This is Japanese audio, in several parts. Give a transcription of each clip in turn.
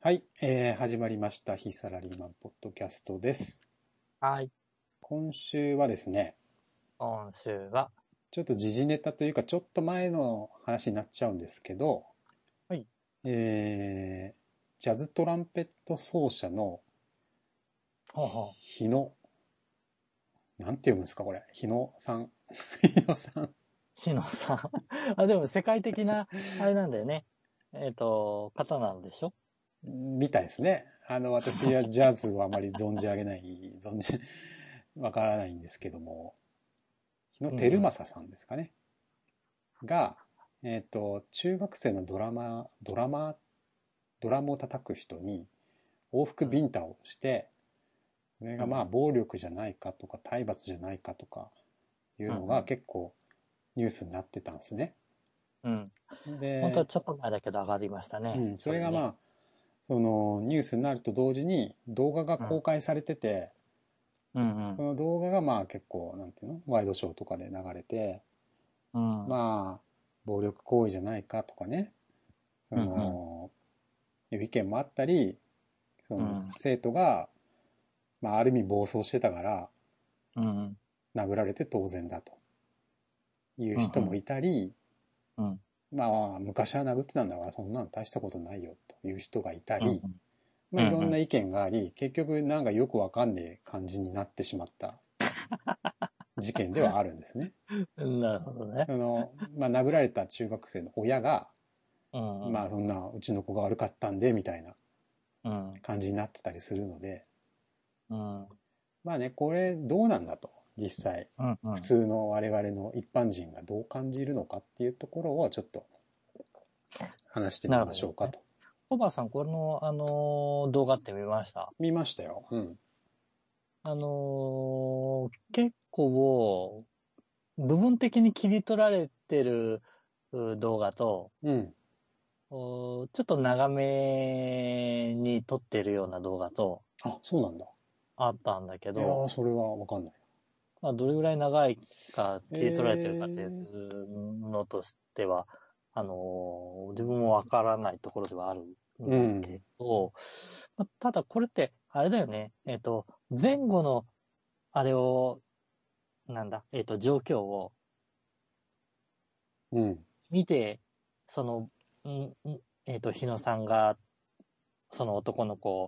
はい、始まりました。非サラリーマンポッドキャストです。 はい。 今週はですね、 今週は、 ちょっと時事ネタというか、ちょっと前の話になっちゃうんですけど、 はい。 ジャズトランペット奏者のほうほ日野、なんて読むんですか、これ。日野さん。日野さん。 日野さん。あ、でも世界的な、あれなんだよね。方なんでしょ？ みたいですね。私はジャズをあまりわからないんですけども、日野うんうん。 照正さんですかね。が、中学生のドラムを叩く人に往復うん。 ビンタをして、それがまあうん。 暴力じゃないかとか体罰じゃないかとかいうのがうん。 結構ニュースになってたんですね。 うん。本当はで、 ちょっと前だけど上がりましたね。 そそれね。 れがまあ、そのニュースになると同時に動画がうん。 公開されてて、 うんその動画がまあ結構、なんていうのワイドショーとかで流れて、 うん。うん。 まあ、暴力行為じゃないかとかね、そうん。 の、いう意見もあったり、そのうん。 生徒が、まあ、ある意味暴走してたからうん。 殴られて当然だといううん。 人もいたり、 うん。 まあ昔は殴ってたんだからそんなの大したことないよという人がいたうん。 り、まあいろんなうん。 意見があり、結局なんかよくわかんねえ感じになってしまった事件ではあるんですね。 うん。なるほどね。 まあ殴られた中学生の親が、 うん。 まあそんなうちの子が悪かったんでみたいなうん。 感じになってたりするので、 うん。 まあね、これどうなんだと、実際。 うん。うん。 普通の我々の一般人がどう感じるのかっていうところをちょっと話してみなるまほどね。 しょうかと。 コバさん、この、動画って見ました？ 見ましたよ。うん。 結構、部分的に切り取られてる動画と、 うん。 ちょっと長めに撮ってるような動画とあ、そうなんだ。 あったんだけいやー、 ど、 それはわかんない。 まあ、どれぐらい長いか切り取られてるかっていえうのとしては、自分もわからないところではあるんうだけん。 ど、まあ、ただこれって、あれだよね。前後の、あれを、なんだ、状況をうん。 見て、その、日野さんが、その男の子をうん。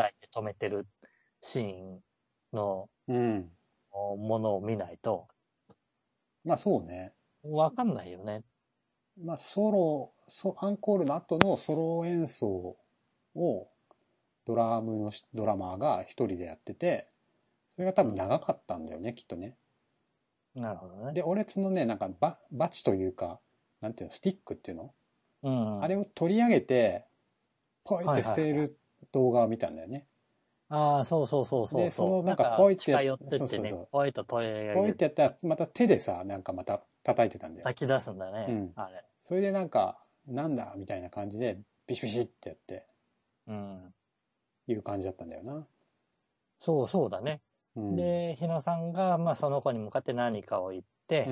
叩いて止めてるシーンのうん。 ものを見ないと、 まあそうね。 わかんないよね。 まあアンコールの後のソロ演奏をドラマーが一人でやってて、それが多分うん。 長かったんだよね、きっとね。 なるほどね。 で、俺そのね、なんかバチというか、なんていうの、スティックっていうのうん。 あれを取り上げて、ポイってはいはいはい。 捨てる動画を見たんだよね。 ああ、そうそうそうそで、 うそう。 そのなんかなんか、 ポイって近寄ってってね、 そうそうそう。 ポイと取り上ポイっげる、 てやったら、また手でさ、なんかまた叩いてたんだよ。 炊き出すんだね、 うん。 あれ。 それでなんか、なんだみたいな感じで、ビシビシってやって、 うん。 いう感じだったんだよな。 そうそうだね。 うん。 で、日野さんが、まあ、その子に向かって何かを言って、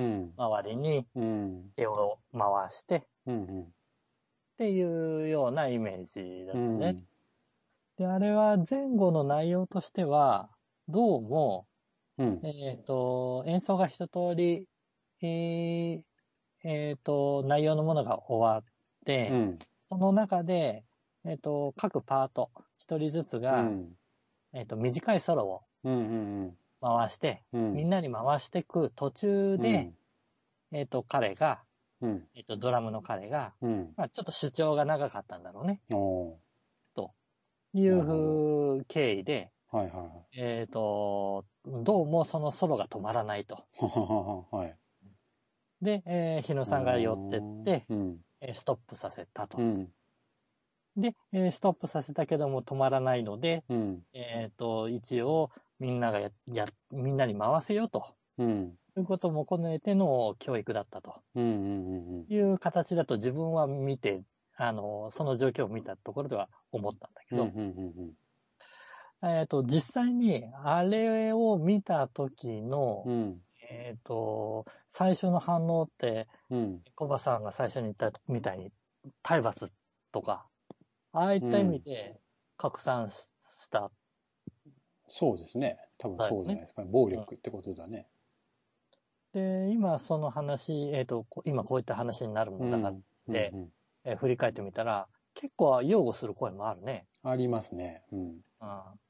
うん。 周りにうん。 手を回して、 うん。 っていうようなイメージだうったね。 ん。 で、あれは前後の内容としては、どうも、 うん。 演奏が一通り、え内容のものが終わって、 うん。 その中で、各パート、一人ずつが、 うん。 短いソロをうん。 回して、 うん。 みんなに回していく途中で、 うん。 彼が、 うん。 ドラムの彼が、 うん。 まあ、ちょっと主張が長かったんだろうね、 おー。 といなるほど。 う経緯で、 はいはいはい。 どうもそのソロが止まらないと。 はははは。はい。 で、日野うーさんが寄ってっん。 て、 うん。 ストップさせたと。 うん。 で、ストップさせたけども止まらないので、 うん。 一応みんながみんなに回せよとうん。 いうことも兼ねての教育だったとうん。うん。うん。 いう形だと自分は見て、その状況を見たところでは思ったんだけうん。うど、 ん。 実際にあれを見た時の、 うん。 最初の反応って、 うん。 コバさんが最初に言ったみたいに、体罰とか、ああいった意味うん。 で、 拡散した。 そうですね。多分そうじゃないですかね。暴力ってことだね。 で、今その話、今こういった話になるもんだからっうんて、 うん。 振り返ってみたら、結構擁護する声もあるね。 ありますね。うん。 うん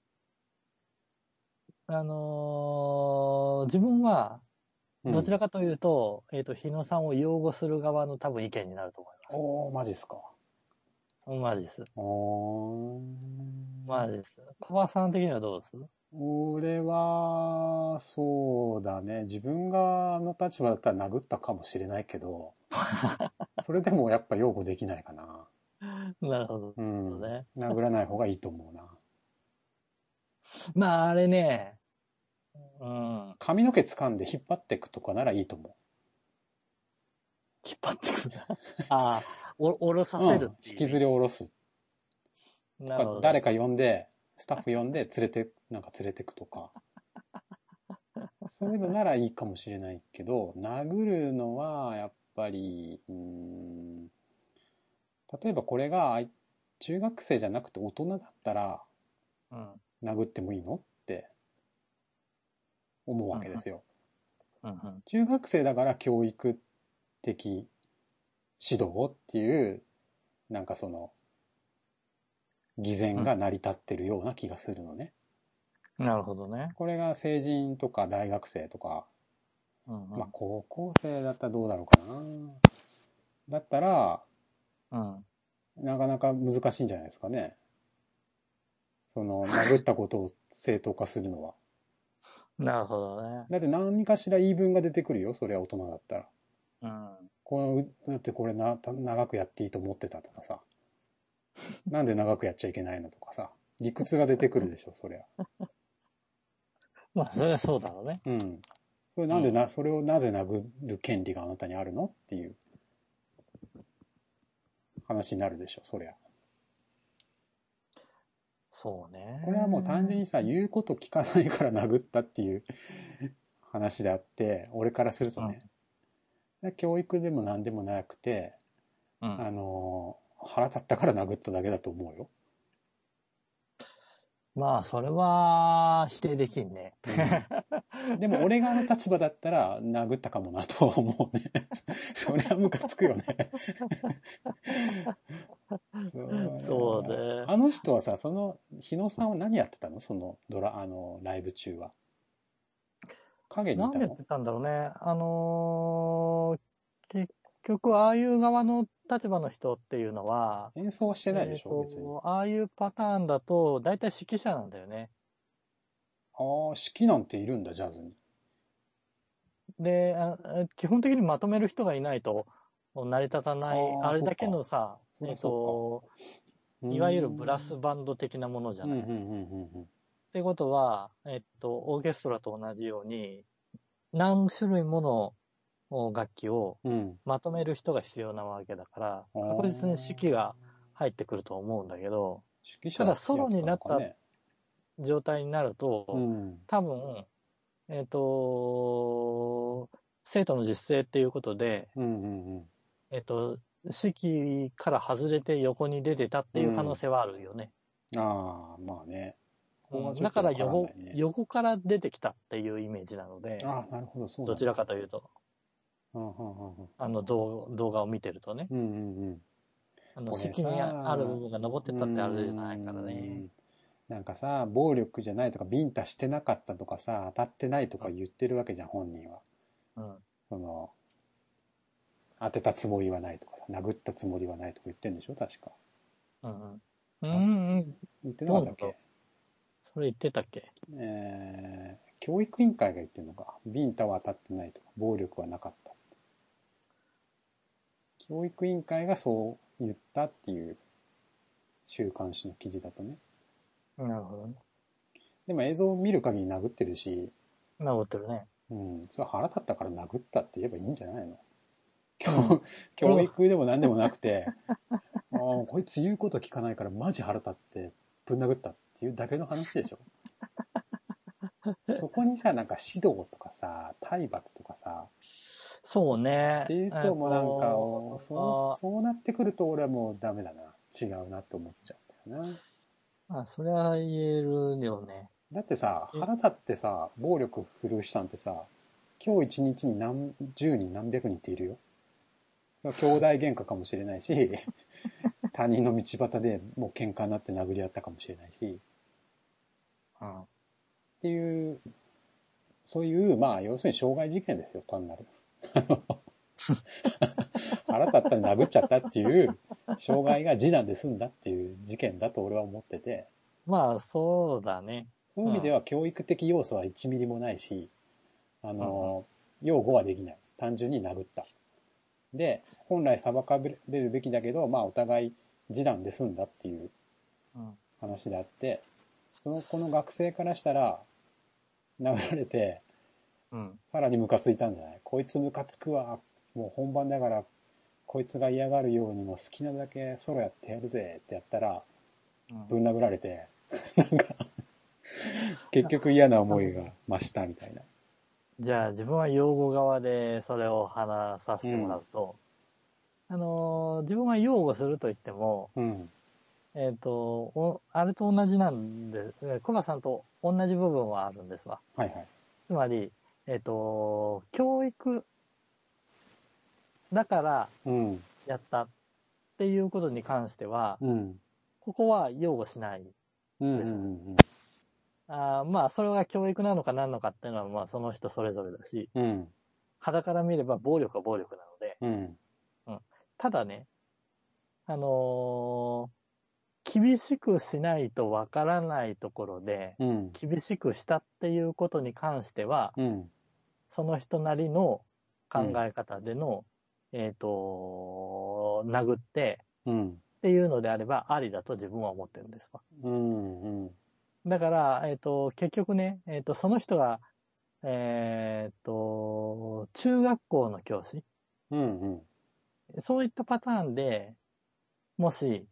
自分は、どちらかというと、日野さんを擁護する側の多分意見になると思います。 おー、マジっすか。 マジです。 おー。 マジです。小林さん的にはどうです？ 俺は、そうだね。自分があの立場だったら殴ったかもしれないけど、それでもやっぱ擁護できないかな。 なるほどうん。 ね。 殴らない方がいいと思うな。 まあ、あれね、うん。 髪の毛掴んで引っ張っていくとかならいいと思引っ張ってくるな。ああ、下ろさう。うん。 せるっていう。 引きずり下ろすとか、 なるほど。 誰か呼んで、スタッフ呼んでなんか連れてくとか。そういうのならいいかもしれないけど、殴るのはやっぱり、例えばこれが中学生じゃなくて大人だったらうん。 殴ってもいいのって思ううん。 わけですよ。 うん。 中学生だから教育的指導っていう、なんかその、偽善が成り立ってるような気がするのね。 なるほどね。 これが成人とか大学生とか、 うん。 まあ高校生だったらどうだろうかな。だったら、 うん。 なかなか難しいんじゃないですかね。その、殴ったことを正当化するのは。 なるほどね。 だって何かしら言い分が出てくるよ、それは大人だったら。 うん。 だってこれ長くやっていいと思ってたとかさ。なんで長くやっちゃいけないのとかさ。理屈が出てくるでしょ、そりゃ。 まあ、それはそうだろうね。 うん。それなんでそれをなぜ殴る権利があなたにあるのっていう話になるでしょ、そりゃ。 そうね。 これはもう単純にさ、言うこと聞かないから殴ったっていう話であって、俺からするとね。教育でも何でもなくて、 うん。 腹立ったから殴っただけだと思うよ。 まあ、それは否定できんね。 でも俺があの立場だったら殴ったかもなとは思うね。そりゃムカつくよね。 そうね。 あの人はさ、日野さんは何やってたの？そのライブ中は。影にいたの？ 何やってたんだろうね。結局、ああいう側の立場の人っていうのは、 演奏はしてないでしょ、別に。 ああいうパターンだと、大体指揮者なんだよね。 ああ、指揮なんているんだ、ジャズに。 で、基本的にまとめる人がいないと成り立たない、 ああ、 あれだけそっか。 のさ、 そりゃそっか。 いわゆるブラスバンド的なものじゃない。ってことは、オーケストラと同じように、何種類もの楽器をまとめる人が必要なわけだから、確実に指揮が入ってくると思うんだけど、ただソロになった状態になると、多分、生徒の実践っていうことで、指揮から外れて横に出てたっていう可能性はあるよね。 ああ、まあね。 だから横から出てきたっていうイメージなので、 ああ、なるほど、そうどちらかというと、動画を見てるとね、指揮にある部分が残ってたってあれじゃないからね。 なんかさ、暴力じゃないとか、ビンタしてなかったとかさ、当たってないとか言ってるわけじゃん、本人は。当てたつもりはないとかさ、殴ったつもりはないとか言ってんでしょ、確か。言ってなかったっけ？ それ言ってたっけ？ 教育委員会が言ってんのか。ビンタは当たってないとか、暴力はなかった。教育委員会がそう言ったっていう週刊誌の記事だとね。 なるほどね。 でも映像を見る限り殴ってるし。 殴ってるね。 それ腹立ったから殴ったって言えばいいんじゃないの？教育でも何でもなくて、こいつ言うこと聞かないからマジ腹立ってぶん殴ったっていうだけの話でしょ。そこにさ、なんか指導とかさ、体罰とかさ、 そうね。 っていうともうなんか、そうなってくると俺はもうダメだな。違うなって思っちゃうんだよな。 あ、それは言えるよね。 だってさ、腹立ってさ、暴力振るう人なんてさ、今日一日に何十人何百人っているよ。兄弟喧嘩かもしれないし、他人の道端でもう喧嘩になって殴り合ったかもしれないし、 うん。 っていう、そういう、まあ、要するに傷害事件ですよ、単なる。腹立ったら殴っちゃったっていう、傷害が示談で済んだっていう事件だと俺は思ってて、 まあ、そうだね。 そういう意味でうん。 は教育的要素は1ミリもないし、 うん。 擁護はできない。単純に殴った。で、本来裁かれるべきだけど、まあお互い示談で済んだっていううん。 話であって、この学生からしたら、殴られて、 うん。 さらにムカついたんじゃない？こいつムカつくわ。もう本番だから、こいつが嫌がるようにもう好きなだけソロやってやるぜってやったら、 うん。 ぶん殴られて、なんか、結局嫌な思いがあの、 増したみたいな。 じゃあ、自分は擁護側でそれを話させてもらうん。 うと、自分は擁護すると言っても、 うん。 あれと同じなんで、コバさんと同じ部分はあるんですわ。 はいはい。 つまり、教育だからうん。 やったっていうことに関しては、 うん。 ここは擁護しないうん。うです。 ん。 まあ、それが教育なのか何のかっていうのは、まあ、その人それぞれだし、 うん。 肌から見れば暴力は暴力なので、 うん。 うん。ただね、あの厳しくしないとわからないところで、 うん。 厳しくしたっていうことに関しては、 うん。 その人なりの考うん。 え方での、殴ってうん。 っていうのであればありだと自分は思ってるんですわ。 うん。うん。 だから、結局ね、その人が、中学校の教師、 うん。 そういったパターンでもし、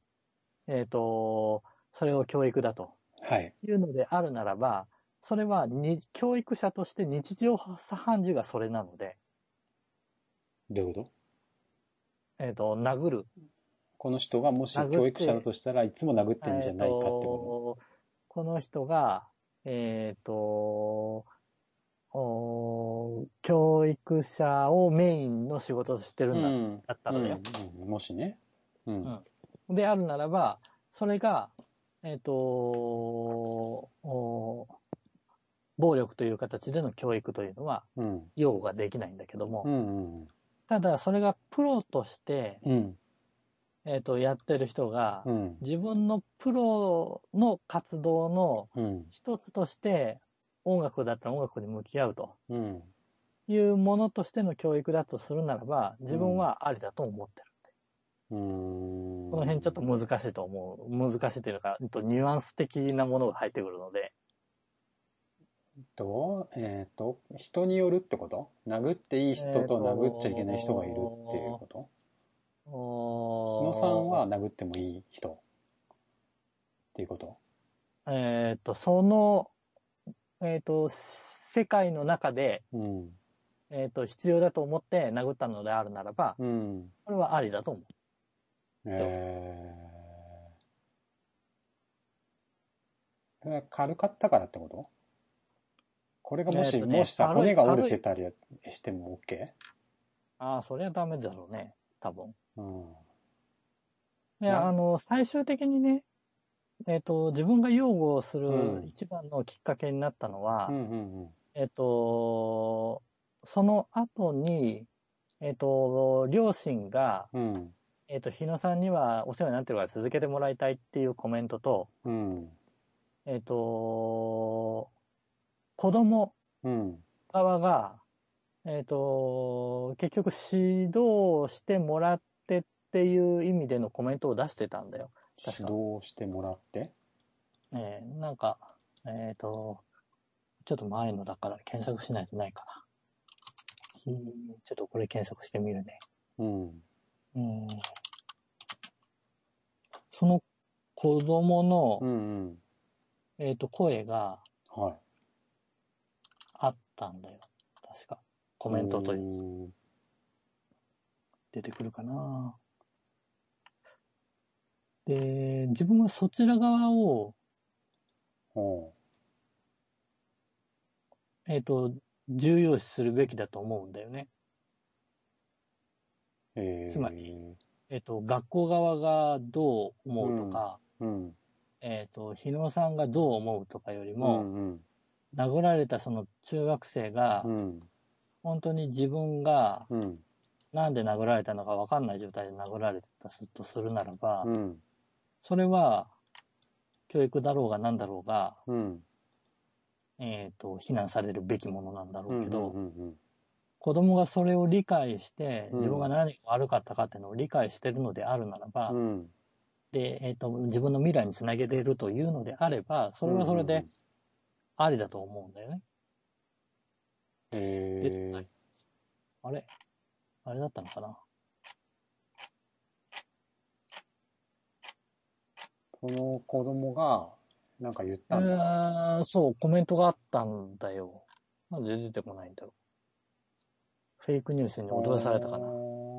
それを教育だとはい。 いうのであるならば、それは教育者として日常茶飯事がそれなので、 どういうこ殴る。 と？この人がもし教育者だ殴って、 としたらいつも殴ってんじゃえっないかってこと？ と、この人が、えっと、教育者をメインの仕事をしてるんだ、 うん。 だったうん。 らだよ。 うん。もしね。うん。 うん。であるならば、それが、暴力という形での教育というのは、 うん。 擁護ができないんだけども、 うん。うん。 ただ、それがプロとして、 うん。 やってる人が、 うん。 自分のプロの活動のうん。 一つとして、音楽だったら音楽に向き合うとうん。 いうものとしての教育だとするならば、自分うん。 はありだと思ってる。 うこの辺ちょっん。 と難しいと思う。難しいというか、ニュアンス的なものが入ってくるので、 人によるってこと？殴っていい人えっと殴っちゃいけない人がいるっていうと、 こと？日野さんはお殴ってもいい人っていうこと？ その、世界の中で、 うん。 必要だと思って殴ったのであるならば、 うん。 これはありだと思う。 それは軽かったからってこと？これがもしさ、 軽い、 骨が折れ軽い。 てたりしても OK？ ああ、それはダメだろうね。多分。 うん。 いや、最終的にね、自分が擁護するうん。 一番のきっかけになったのは、 うんうんうん。 その後に、両親が、 うん。 日野さんにはお世話になってるから続けてもらいたいっていうコメントと、 うん。 子供うん。 側が、結局指導してもらってっていう意味でのコメントを出してたんだよ。確指か。 導してもらって。 なんか、ちょっと前のだから検索しないとないかな。ちょっとこれ検索してみるね。 うん。 うん、その子供の、 うんうん。 声がはあったんだよ。確か。コい。 メントという。 ー。 出てくるかな。で、自分はそちら側を重要視するべきだと思うんだよね。つまり、学校側がどう思うとか、日野さんがどう思うとかよりも、殴られたその中学生が、本当に自分が、なんで殴られたのか分かんない状態で殴られたとするならば、それは、教育だろうが何だろうが、非難されるべきものなんだろうけど、子供がそれを理解して、自分が何が悪かったかっていうのを理解してるのであるならば、で、自分の未来につなげれるというのであれば、それはそれでありだと思うんだよね。あれだったのかな。 この子供が、なんか言ったんだ。 そう、コメントがあったんだよ。なんで出てこないんだろう。フェイクニュースに踊らされたかな。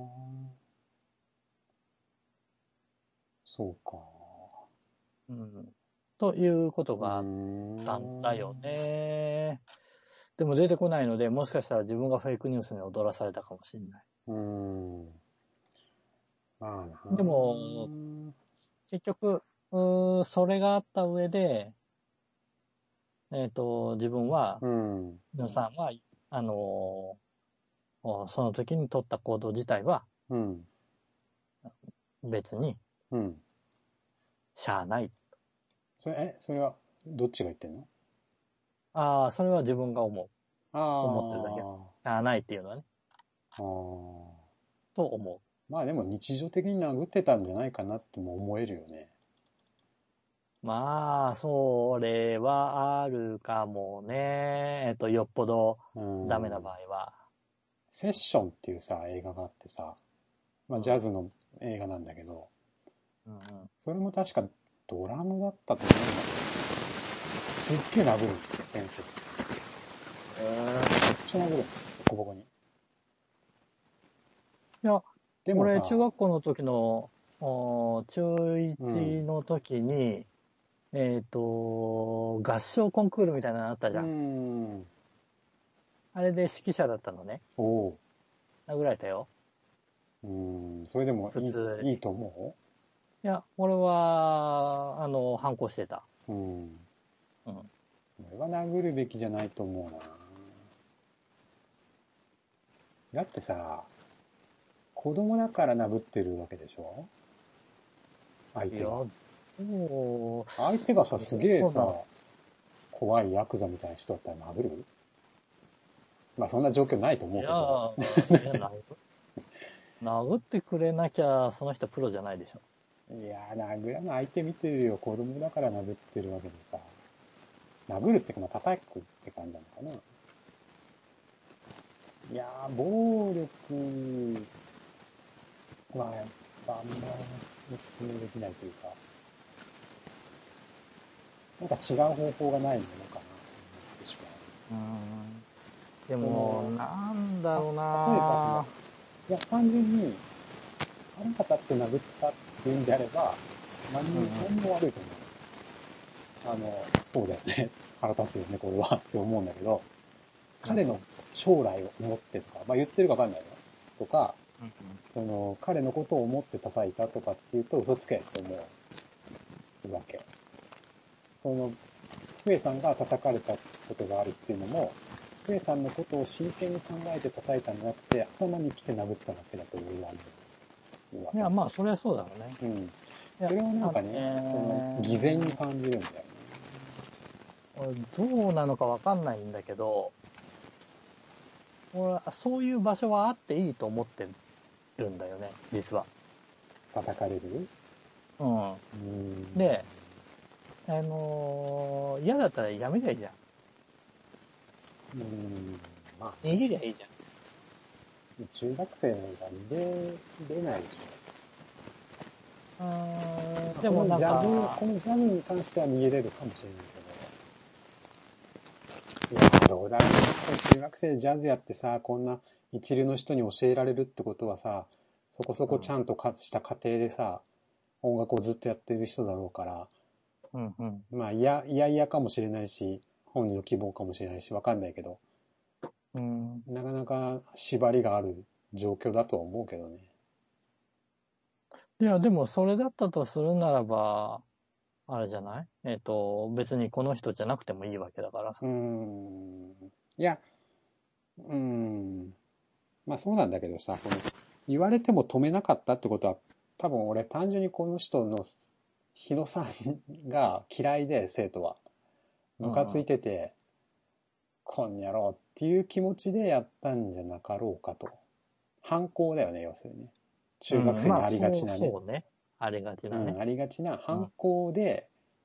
そうか。 ということがあったんだよね。でも出てこないので、もしかしたら自分がフェイクニュースに踊らされたかもしれない。でも、結局、それがあった上で、自分は、皆さんは、その時に取った行動自体は、別に、しゃあない。 それは、どっちが言ってんの？ それは自分が思ってるだけ。しゃあないっていうのはね。と思う。 まあでも日常的に殴ってたんじゃないかなっても思えるよね。 まあ、それはあるかもね。よっぽどダメな場合は。 セッションっていうさ、映画があってさ、まあジャズの映画なんだけど、それも確かドラムだったと思うんだけど、すっげえ殴るんですよ、先生。めっちゃ殴るんですよ、ボコボコに。 いや、でも俺、中学校の時の、中1の時に、合唱コンクールみたいなのあったじゃん。あれで指揮者だったのね。殴られたよ。 それでもいいと思う？いや、俺は、反抗してた。 俺は殴るべきじゃないと思うな。だってさ、子供だから殴ってるわけでしょ？相手が。相手がさ、すげえさ、怖いヤクザみたいな人だったら殴る？まあそんな状況ないと思うけど。 殴ってくれなきゃその人プロじゃないでしょ。 いやー、殴らない相手見てるよ。子供だから殴ってるわけでさ。殴るってか、まあ叩くって感じなのかな。いやー、暴力はやっぱあんまりお勧めできないというか、なんか違う方法がないのかなと思ってしまう。 でも、なんだろうな。 例えば、いや、単純に、腹が立って殴ったっていうんであれば、何も悪いと思う。そうだよね。腹立つよね、これは。って思うんだけど、彼の将来を思ってとか、まあ言ってるかわかんないよ。とか、彼のことを思って叩いたとかっていうと嘘つけって思うわけ。ふえさんが叩かれたことがあるっていうのも、ふえさんのことを真剣に考えて叩いたんじゃなくて、頭に来て殴っただけだと俺は思う。 いや、まあ、それはそうだろうね。それをなんかね、偽善に感じるんだよね。 どうなのかわかんないんだけど、俺はそういう場所はあっていいと思ってるんだよね、実は。 叩かれる？ で、嫌だったらやめりゃいいじゃん。 まあ。 逃げりゃいいじゃん。中学生が出ないでしょ。でもなんか、このジャズに関しては逃げれるかもしれないけど。いや、どうだろう。中学生ジャズやってさ、こんな一流の人に教えられるってことはさ、そこそこちゃんとした家庭でさ、音楽をずっとやってる人だろうから、 うんうん。 まあ、いやかもしれないし、本人の希望かもしれないし、わかんないけど、 うん。 なかなか縛りがある状況だとは思うけどね。 いや、でもそれだったとするならば、あれじゃない？別にこの人じゃなくてもいいわけだからさ。 いや、うーん。まあそうなんだけどさ、言われても止めなかったってことは、多分俺単純にこの人の日野さんが嫌いで生徒は。ムカついうんうん。 てて、こんにゃろうっていう気持ちでやったんじゃなかろうかと。反抗だよね、要するに。中学うん、まあ、 生にありがそう、 ちなね。 そうね。ありがちなね。 うん、ありがちな反うん。 抗で、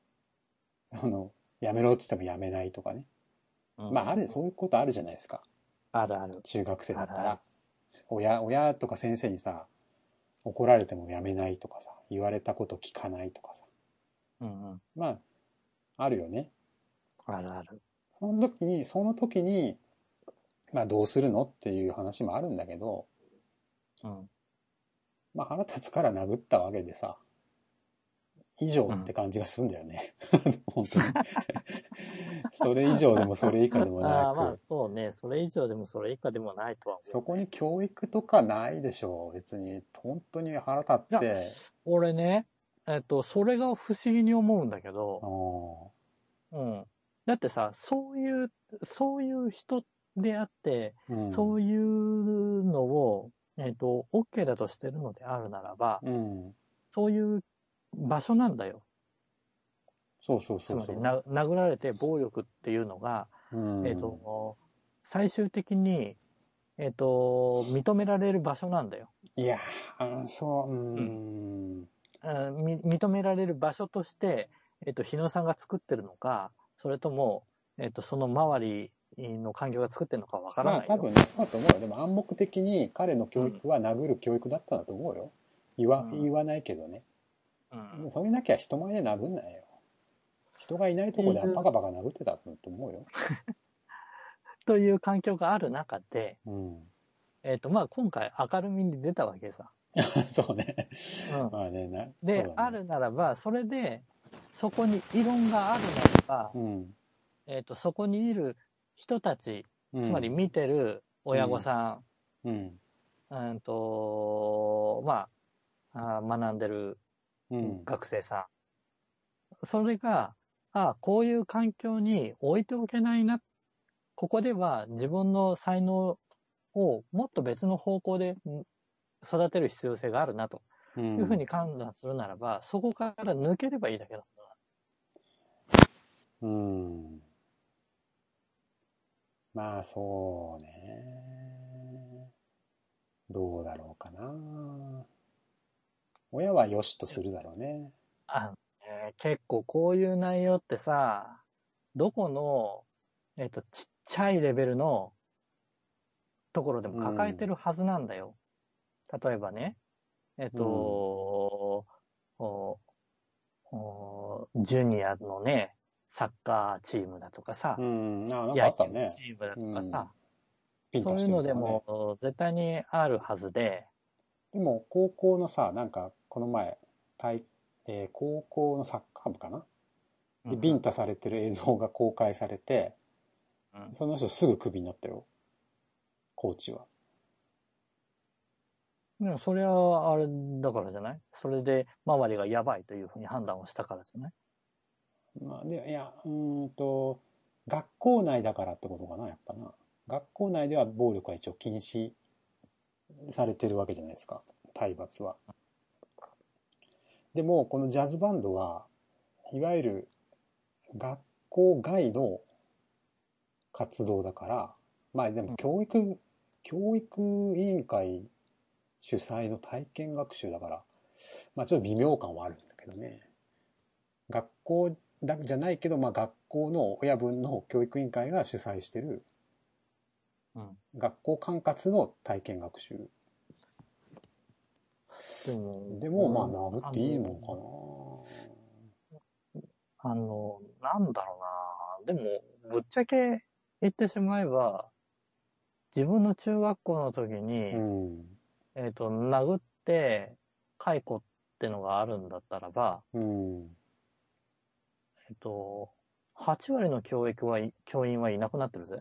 やめろって言ってもやめないとかね。まあ、 うん。 そういうことあるじゃないですか。 あるある。 中学生だったら。 あるある。 親とか先生にさ、怒られてもやめないとかさ、言われたこと聞かないとかさ。 うんうん。 まあ、あるよね。 あるある。 その時に、まあどうするのっていう話もあるんだけど、 うん。 まあ腹立つから殴ったわけでさ、以上うん。 って感じがするんだよね。本当に。それ以上でもそれ以下でもなああ、まあく、 そうね。それ以上でもそれ以下でもないとは思そこにうね。 教育とかないでしょう。別に。本当に腹立っいや、 て、 俺ね、それが不思議に思うんだけあど、 ーうん。だってさ、そういう人であって、 うん、 そういうのを、OK だとしてるのであるならば、 うん、 そういう場所なんだよ。 そうそうそつまりうそ殴られて暴力っていうのが、 う。うえっん。 と、最終的に、認められる場所なんだよ。 いやそう、 うん。 ん。 認められる場所として、日野さんが作ってるのか、それとも、その周りの環境が作ってるのかわからないよ。 まあ多分ね、そうだと思うよ。でも暗黙的に彼のうん。 教育は殴る教育だったんだと思うよ。 うん。 言わないけどね。 うん。 それなきゃ人前で殴んないよ。人がいないとこではバっていう、 カバカ殴ってたと思うよ。 という環境がある中で、 うん。 まあ今回明るみに出たわけさ。 そうね。 うん。 まあね、そうで、 だね。 あるならば、それで、そこに異論があるならば、 うん。 そこにいる人たち、つまりうん。 見てる親御うん。 さうん。 ん、ま学んでるうん。 学生さん。それが、こういう環境に置いておけないな。ここでは自分の才能をもっと別の方向で育てる必要性があるなというふううん。 に判断するならば、そこから抜ければいいだけだ。 うん。まあそうね。どうだろうかな。親は良しとするだろうね。 結構こういう内容ってさ、どこの、ちっちゃいレベルのところでもう抱えてん。 るはずなんだよ。例えばね、えっうん。 と、ジュニアのね、サッカーチームだとかさ、 うん。なんかあ野球ったね。 チームだうん。 とかさ、 ピンタしてそういうのでるとかね。 も絶対にあるはずで、 でも、高校のさ、なんか、この前、高校のサッカー部かなで、 うんうんビンタされてる映像が公開されて、 うん。 その人すぐクビになったよ。コーチは。 でもそれはあれだからじゃない？それで周りがやばいというふうに判断をしたからじゃない？ まあ、学校内だからってことかな、やっぱな。学校内では暴力は一応禁止されてるわけじゃないですか。体罰は。でも、このジャズバンドは、いわゆる学校外の活動だから、まあでも教育委員会主催の体験学習だから、まあちょっと微妙感はあるんだけどね。学校だけじゃないけど、まあ学校の親分の教育委員会が主催してるうん。 学校管轄の体験学習。 でも、 でもまあ殴っていいのかなんだろうな。でも、ぶっちゃけ言ってしまえば、自分の中学校の時な。うに、 ん。 殴って、解雇ってのがあるんだったらば、 うん。 8割の教員はいなくなってるぜ。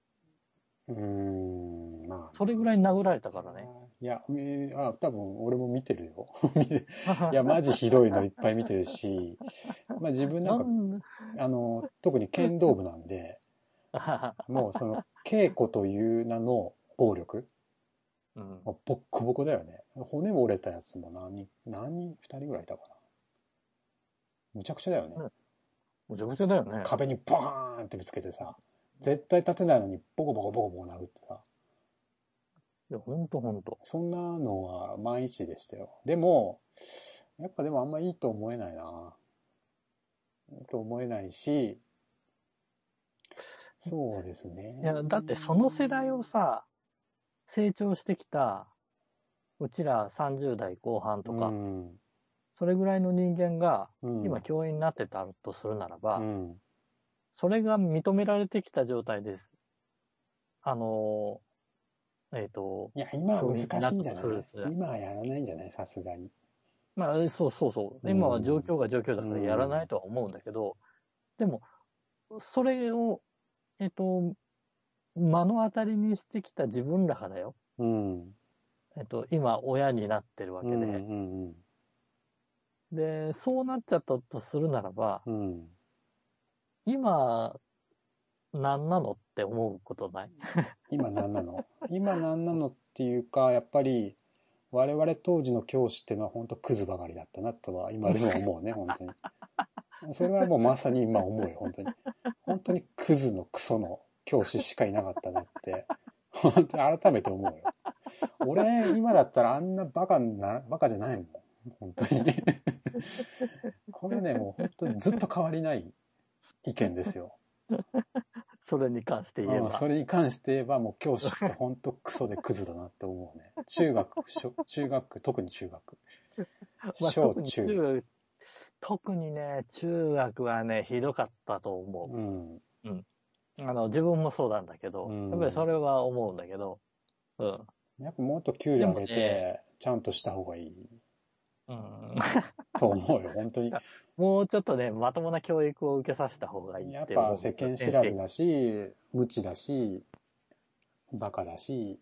まあ。 それぐらい殴られたからね。 いや、多分俺も見てるよ。いや、マジひどいのいっぱい見てるし、まあ自分なんか、特に剣道部なんで、もうその稽古という名の暴力、ボッコボコだよね。骨も折れたやつも何人 ?2 人ぐらいいたかな。むちゃくちゃだよね。 むちゃくちゃだよね。 壁にバーンってぶつけてさ、絶対立てないのにボコボコボコボコ殴ってさ。 いや、ほんと。 そんなのは毎日でしたよ。でも、やっぱでもあんまいいと思えないな。いいと思えないし、そうですね。 いや、だってその世代をさ、成長してきた、うちら30代後半とか、それぐらいの人間が、今教員になってたとするならば、それが認められてきた状態です。 いや、今は難しいんじゃない？今はやらないんじゃない？さすがに。 まあ、そう。今は状況が状況だからやらないとは思うんだけど、でも、それを、目の当たりにしてきた自分らがだよ。今、親になってるわけで。で、そうなっちゃったとするならば、今、何なのって思うことない？ 今何なの？今何なのっていうか、やっぱり、我々当時の教師っていうのは本当クズばかりだったなとは今でも思うね、本当に。それはもうまさに今思うよ、本当に。本当にクズのクソの教師しかいなかったなって、本当に改めて思うよ。俺、今だったらあんなバカじゃないもん。本当に。これね、もう本当にずっと変わりない意見ですよ。 それに関して言えば。 それに関して言えばもう教師って本当クソでクズだなって思うね。中学、特に中学。小中学。 特にね、中学はね、ひどかったと思う。自分もそうなんだけど、やっぱりそれは思うんだけど、 やっぱもっと給料上げて、ちゃんとした方がいい。と思うよ、本当に。 もうちょっとね、まともな教育を受けさせた方がいいって思う。 やっぱ世間知らずだし、無知だし、バカだし、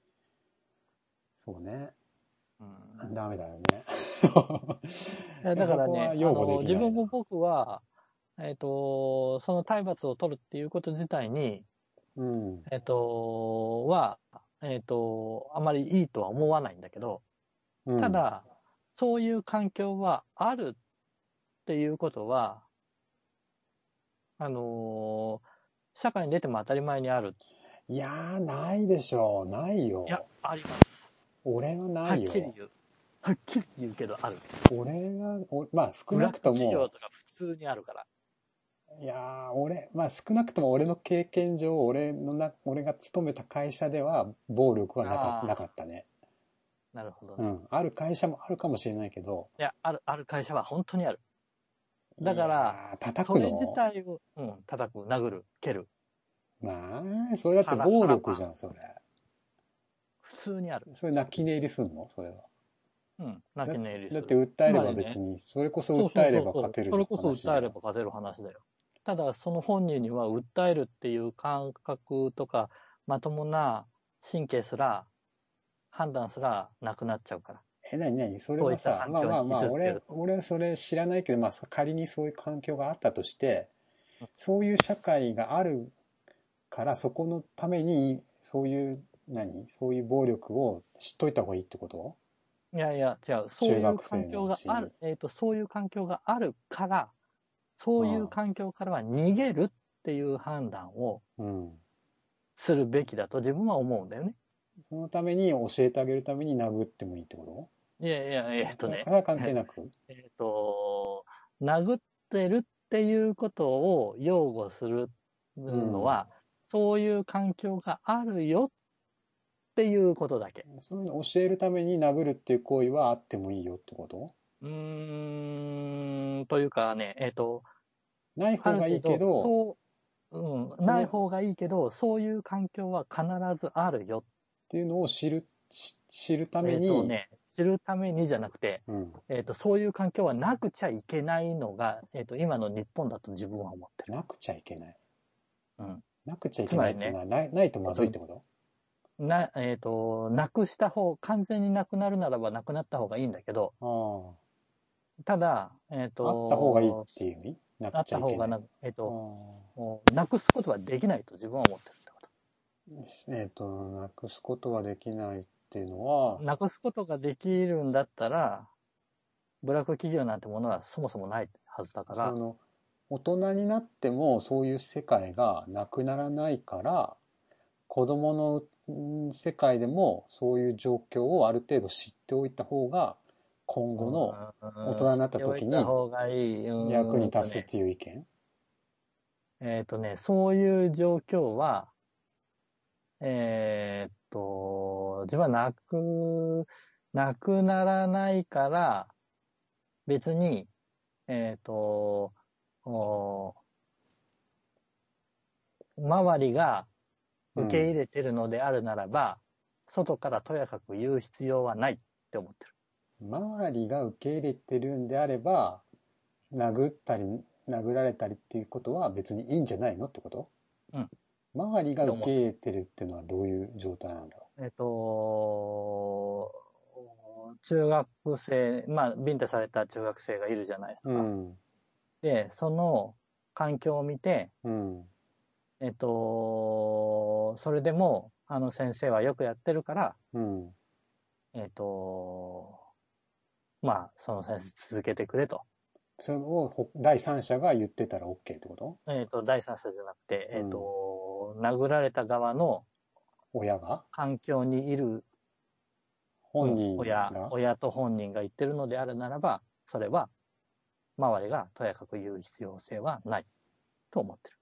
そうね。ダメだよね。 だからね、自分も僕は、その体罰を取るっていうこと自体に、あまりいいとは思わないんだけど、ただ、そういう環境はあるっていうことは、社会に出ても当たり前にある。 いやー、ないでしょう。ないよ。 いや、あります。 俺はないよ。 はっきり言うけどある。 まあ少なくとも。 企業とか普通にあるから。 いやー、まあ少なくとも俺の経験上、俺が勤めた会社では暴力はなかったね。 なるほどね。 ある会社もあるかもしれないけど。 いや、ある会社は本当にある。だから、 叩くの？ それ自体を、叩く、殴る、蹴る。 まあ、それだって暴力じゃん、それ。 普通にある。 それ泣き寝入りすんの？それは。 泣き寝入りする。 だって訴えれば別に、それこそ訴えれば勝てる話。 それこそ訴えれば勝てる話だよ。ただ、その本人には訴えるっていう感覚とか、まともな神経すら、判断すらなくなっちゃうから。 何それはさ、まあ、俺はそれ知らないけど、まあ、仮にそういう環境があったとして、そういう社会があるから、そこのために、そういう暴力を知っといた方がいいってこと？ いや、違う。そういう環境がある、そういう環境があるから、そういう環境からは逃げるっていう判断をするべきだと自分は思うんだよね。 そのために教えてあげるために殴ってもいいってこと？ いや、 それは関係なく殴ってるっていうことを擁護するのは、そういう環境があるよっていうことだけ。 そういうのを教えるために殴るっていう行為はあってもいいよってこと？ というかね、 ない方がいいけど、 ない方がいいけど、そういう環境は必ずあるよ。 っていうのを知るために、 知るためにじゃなくて、そういう環境はなくちゃいけないのが、今の日本だと自分は思ってる。 なくちゃいけない。 うん。 なくちゃいけないっていうのは、ないとまずいってこと？ なくした完全になくなるならばなくなった方がいいんだけど、ただ、 あった方がいいっていう意味？なくちゃいけない。 あった方がなくすことはできないと自分は思ってるってこと。なくすことはできないっていうのは、 なくすことができるんだったら、ブラック企業なんてものはそもそもないはずだから。 大人になってもそういう世界がなくならないから、子供の世界でもそういう状況をある程度知っておいた方が、今後の大人になった時に役に立つっていう意見？ そういう状況は、自分はなくならないから、別に、周りが受け入れてるのであるならば、外からとやかく言う必要はないって思ってる。 周りが受け入れてるんであれば、殴ったり、殴られたりっていうことは別にいいんじゃないのってこと？ うん。 周りが受け入れてるっていうのはどういう状態なんだろう。中学生、ビンタされた中学生がいるじゃないですか。で、その環境を見て、それでも、先生はよくやってるから、その先生続けてくれと。 それを第三者が言ってたら OK ってこと？ 第三者じゃなくて、殴られた側の親が環境にいる本人が、 親と本人が言ってるのであるならば、それは周りがとやかく言う必要性はないと思ってる。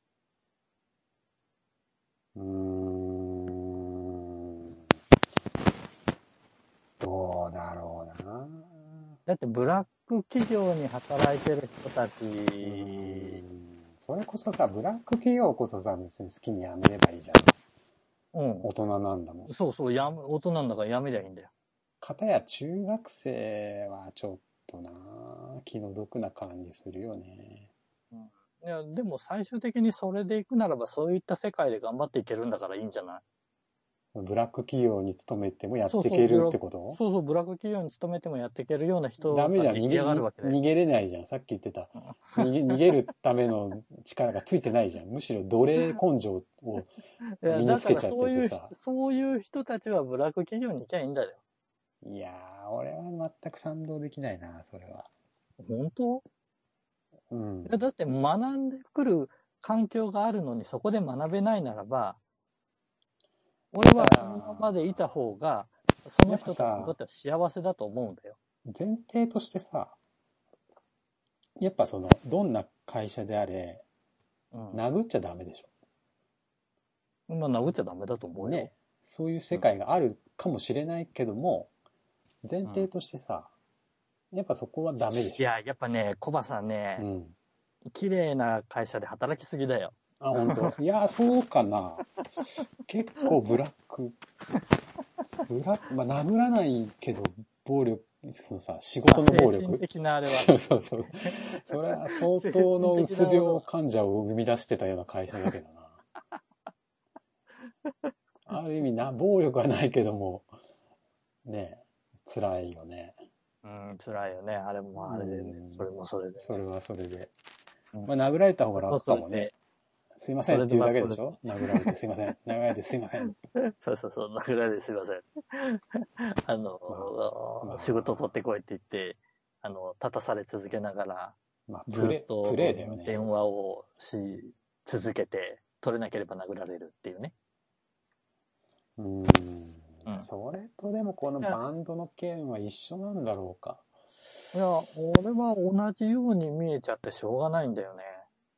どうだろうな。 だってブラック企業に働いてる人たち、 それこそさ、ブラック企業こそさ、別に好きに辞めればいいじゃん。大人なんだもん。 そうそう、大人なんだから辞めりゃいいんだよ。 片や中学生はちょっとな、気の毒な感じするよね。 いや、でも最終的にそれで行くならば、そういった世界で頑張っていけるんだからいいんじゃない？ ブラック企業に勤めてもやっていけるってこと？ そうそう、ブラック企業に勤めてもやっていけるような人が出来上がるわけ逃げれないじゃん。さっき言ってた。逃げるための力がついてないじゃん。むしろ奴隷根性を身につけちゃっててさ。 そういう人たちはブラック企業に行きゃいいんだよ。 いやー、俺は全く賛同できないな、それは。 本当？だって学んでくる環境があるのにそこで学べないならば、俺はそのままでいた方が、その人たちにとっては幸せだと思うんだよ。 前提としてさ、やっぱどんな会社であれ、殴っちゃダメでしょ。 殴っちゃダメだと思うよ。ね。 そういう世界があるかもしれないけども、前提としてさ、やっぱそこはダメでしょ。 いや、やっぱね、コバさんね、綺麗な会社で働きすぎだよ。 あ、本当。いや、そうかな。結構ブラック、殴らないけど、暴力、仕事の暴力。 精神的なあれは。 そう。それは相当のうつ病患者を生み出してたような会社だけどな。ある意味暴力はないけども、ね、辛いよね。 辛いよね。あれもあれでね。それもそれで。 それはそれで。殴られた方が楽かもね。すいませんって言うだけでしょ？殴られてすいません。殴られてすいません。 そう。殴られてすいません。仕事取ってこいって言って、立たされ続けながら、ずっと電話をし続けて、取れなければ殴られるっていうね。 それとでもこのバンドの件は一緒なんだろうか。 いや、俺は同じように見えちゃってしょうがないんだよね。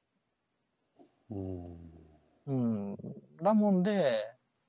だもんで、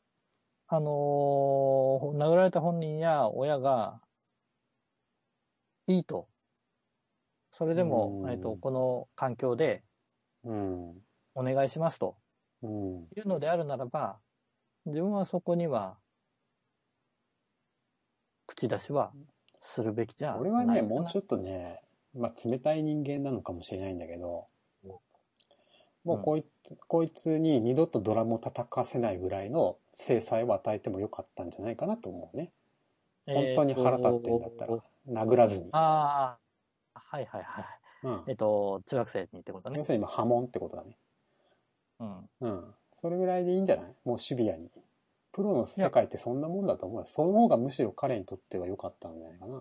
殴られた本人や親が、いいと。それでも、この環境で、お願いしますと。いうのであるならば、自分はそこには、口出しはするべきじゃん。 俺はね、もうちょっとね、まあ、冷たい人間なのかもしれないんだけど、もうこいつに二度とドラムを叩かせないぐらいの制裁を与えてもよかったんじゃないかなと思うね。本当に腹立ってんだったら、殴らずに。 ああ、はいはいはい。 うん。 中学生にってことね。 要するに今、破門ってことだね。 うん。 うん。それぐらいでいいんじゃない？もうシビアに。プロの世界ってそんなもんだと思うよ。その方がむしろ彼にとっては良かったんじゃないかな。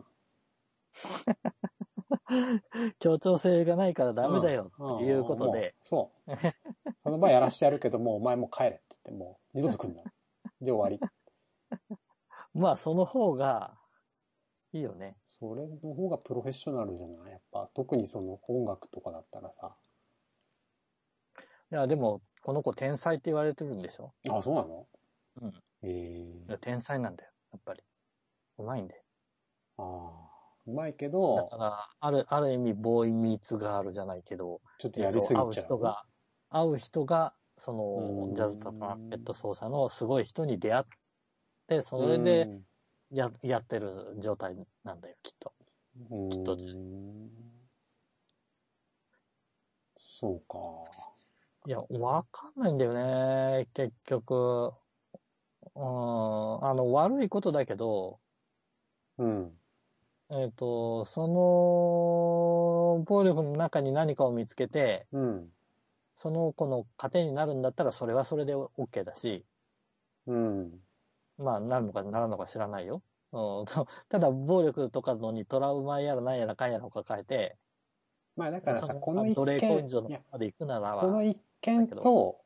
協調性がないからダメだよ、ということで。 そう。その場やらしてやるけども、お前もう帰れって言って、もう二度と来んな。で終わり。 まあ、その方がいいよね。 それの方がプロフェッショナルじゃない？やっぱ、特にその音楽とかだったらさ。 いや、でも、この子天才って言われてるんでしょ？ あ、そうなの？ うん。いや天才なんだよ、やっぱり。うまいんだよ。 ああ、うまいけだど、 から、ある意味、ボーイミーツガールじゃないけど、 ちょっとやりすぎちゃう。 会う人が、その、ジャズとかトランペット奏者のすごい人に出会って、それでやってる状態なんだよ、きっと。きっと。 そうか。 いや、わかんないんだよね、結局。悪いことだけど、 うん。 その、暴力の中に何かを見つけて、 うん。 その子の糧になるんだったら、それはそれで OK だし、 うん。 まあ、なるのかならんのか知らないよ。ただ、暴力とかのにトラウマやら何やらかんやらを抱えて、 まあだからさ、この一奴隷件、 根性のままで行くならこのば、 一件と、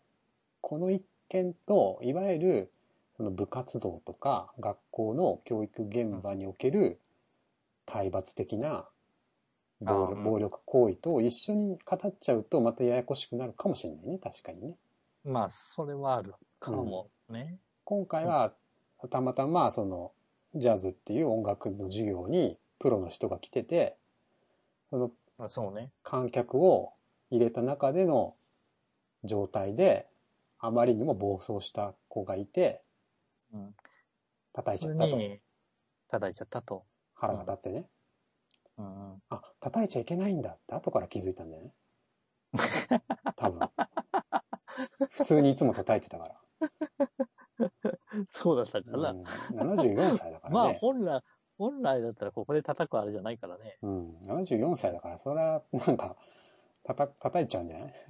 いわゆる、その部活動とか学校の教育現場における体罰的な暴力行為と一緒に語っちゃうとまたややこしくなるかもしれないね、確かにね。 まあ、それはあるかもね。 今回は、たまたまその、ジャズっていう音楽の授業にプロの人が来てて、そのそうね。 観客を入れた中での状態で、あまりにも暴走した子がいて、叩いちゃったと。 叩いちゃったと。 腹が立ってね。 うん、 あ、叩いちゃいけないんだって後から気づいたんだよね。多分。普通にいつも叩いてたから。 そうだったから。 74歳だからね。 まあ本来だったらここで叩くあれじゃないからね。 74歳だから、それはなんか、叩いちゃうんじゃない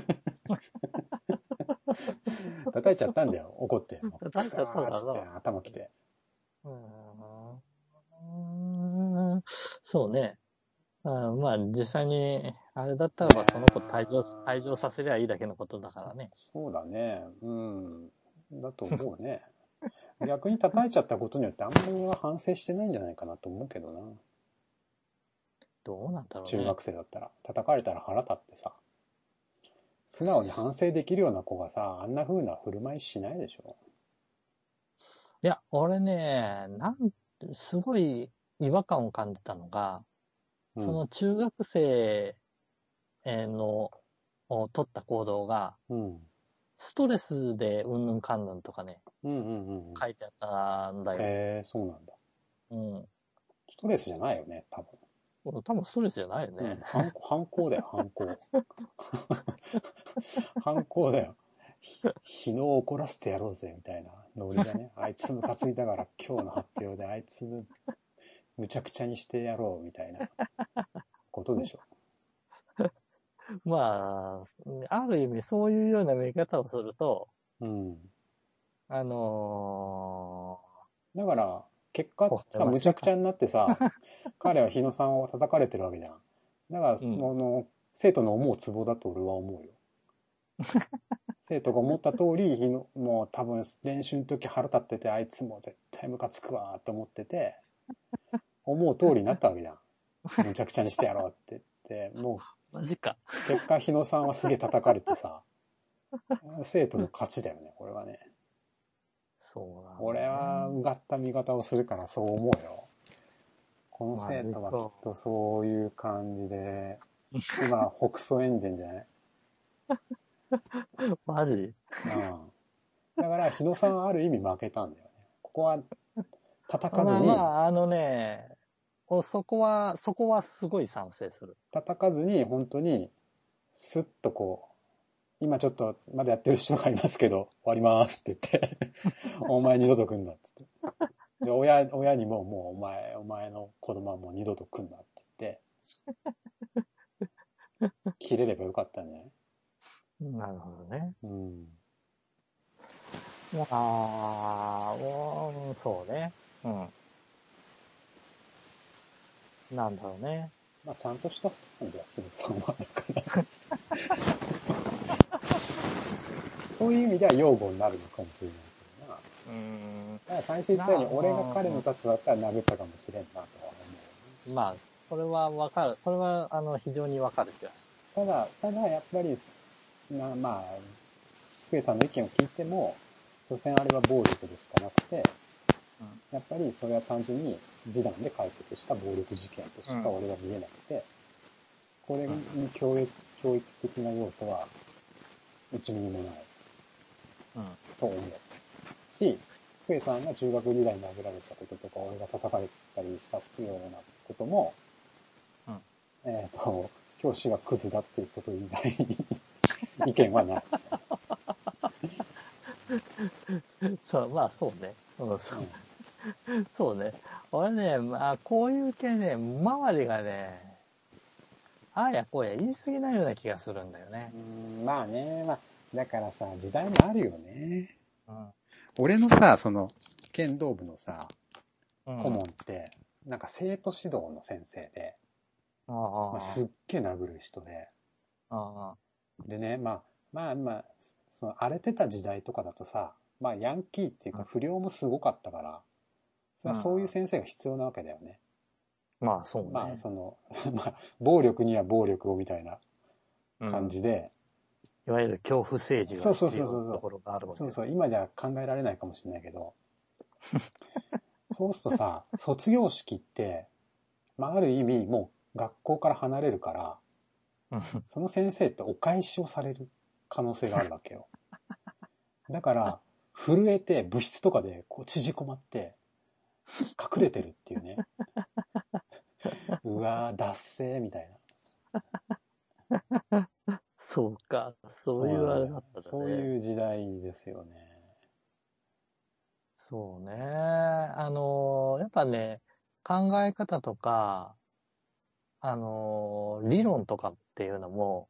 叩いちゃったんだよ、怒って。 叩いちゃったんだって頭きて。 そうね。まあ実際に、あれだったらばその子退場させりゃいいだけのことだからね。 そうだね。だと思うね。逆に叩いちゃったことによってあんまりは反省してないんじゃないかなと思うけどな。 どうなんだろうね。 中学生だったら。叩かれたら腹立ってさ。素直に反省できるような子がさ、あんな風な振る舞いしないでしょ。 いや、俺ね、すごい違和感を感じたのが、その中学生の取った行動が、ストレスでうんぬんかんぬんとかね、書いてあったんだよ。 そうなんだ。ストレスじゃないよね、多分ストレスじゃないよね。 反抗だよ、反抗。反抗だよ。日野を怒らせてやろうぜ、みたいなノリだね。あいつムカついたから今日の発表であいつむちゃくちゃにしてやろう、みたいなことでしょ。 まあ、ある意味そういうような見方をすると、 だから、結果さ、むちゃくちゃになってさ、彼は日野さんを叩かれてるわけじゃん。だから、生徒の思うツボだと俺は思うよ。生徒が思った通り、もう多分練習の時腹立ってて、あいつも絶対ムカつくわーって思ってて、思う通りになったわけじゃん。むちゃくちゃにしてやろうって言って、もう、マジか。 結果日野さんはすげえ叩かれてさ、生徒の勝ちだよね、これはね。 そうなんだ、ね。 俺はうがった見方をするからそう思うよ。この生徒はきっとそういう感じで、今、北総演伝じゃない？ マジ？ だから、日野さんはある意味負けたんだよね。ここは叩かずに。 まあ、 そこはすごい賛成する。 叩かずに、本当に、スッとこう、今ちょっとまだやってる人がいますけど、終わりますって言ってお前二度と来んなって言って。で、親にももうお前の子供はもう二度と来んなって言って、切れればよかったね。 なるほどね。 うん。 そうね。うん。なんだろうね。 まあ、ちゃんとした人なんだよ、キムさんは。だからそういう意味では擁護になるのかもしれないけどな。だから最初言ったように、俺が彼の立場だったら殴ったかもしれんなとは思う。まあ、それはわかる。それは、非常にわかる気がする。ただやっぱり、まあ、福江さんの意見を聞いても、所詮あれは暴力でしかなくて、やっぱりそれは単純に示談で解決した暴力事件としか俺は見えなくて、これに教育的な要素は1ミリもないと思うし、福江さんが中学時代に殴られたこととか、俺が叩かれたりしたようなことも、教師がクズだっていうこと以外に意見はない。 そう、まあそうね。そうね。俺ね、まあこういう系ね、周りがね、ああやこうや言い過ぎないような気がするんだよね。 まあね、まあ、だからさ、時代もあるよね。俺のさ、その、剣道部のさ、顧問って、なんか生徒指導の先生で、まあ、すっげえ殴る人で、でね、まあ、その荒れてた時代とかだとさ、まあヤンキーっていうか不良もすごかったから、それはそういう先生が必要なわけだよね。 まあそうね。 まあその、まあ暴力には暴力をみたいな感じで、 いわゆる恐怖政治が必要なところがあるわけそう、今じゃ考えられないかもしれないけど、そうするとさ、卒業式って、まあある意味もう学校から離れるから、その先生ってお返しをされる可能性があるわけよ。だから、震えて部室とかでこう縮こまって、隠れてるっていうね。うわー、ダッセーみたいな。そうか、そういうあれだったんだね。 そういう時代ですよね。 そうね。やっぱね、考え方とか、理論とかっていうのも、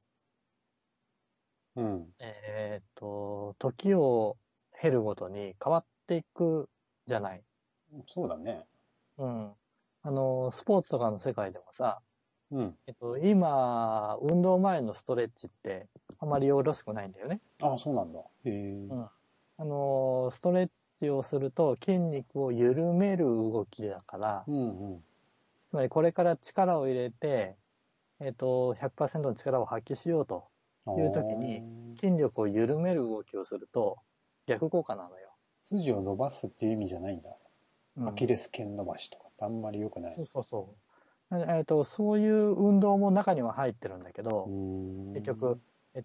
時を経るごとに変わっていくじゃない。 そうだね。 スポーツとかの世界でもさ、 うん。 今、運動前のストレッチってあまりよろしくないんだよね。 ああ、そうなんだ。へえ。 ストレッチをすると筋肉を緩める動きだから、つまりこれから力を入れて、100% の力を発揮しようという時に筋力を緩める動きをすると逆効果なのよ。 筋を伸ばすっていう意味じゃないんだ。アキレス腱伸ばしとかってあんまり良くない。 そういう運動も中には入ってるんだけど、結局、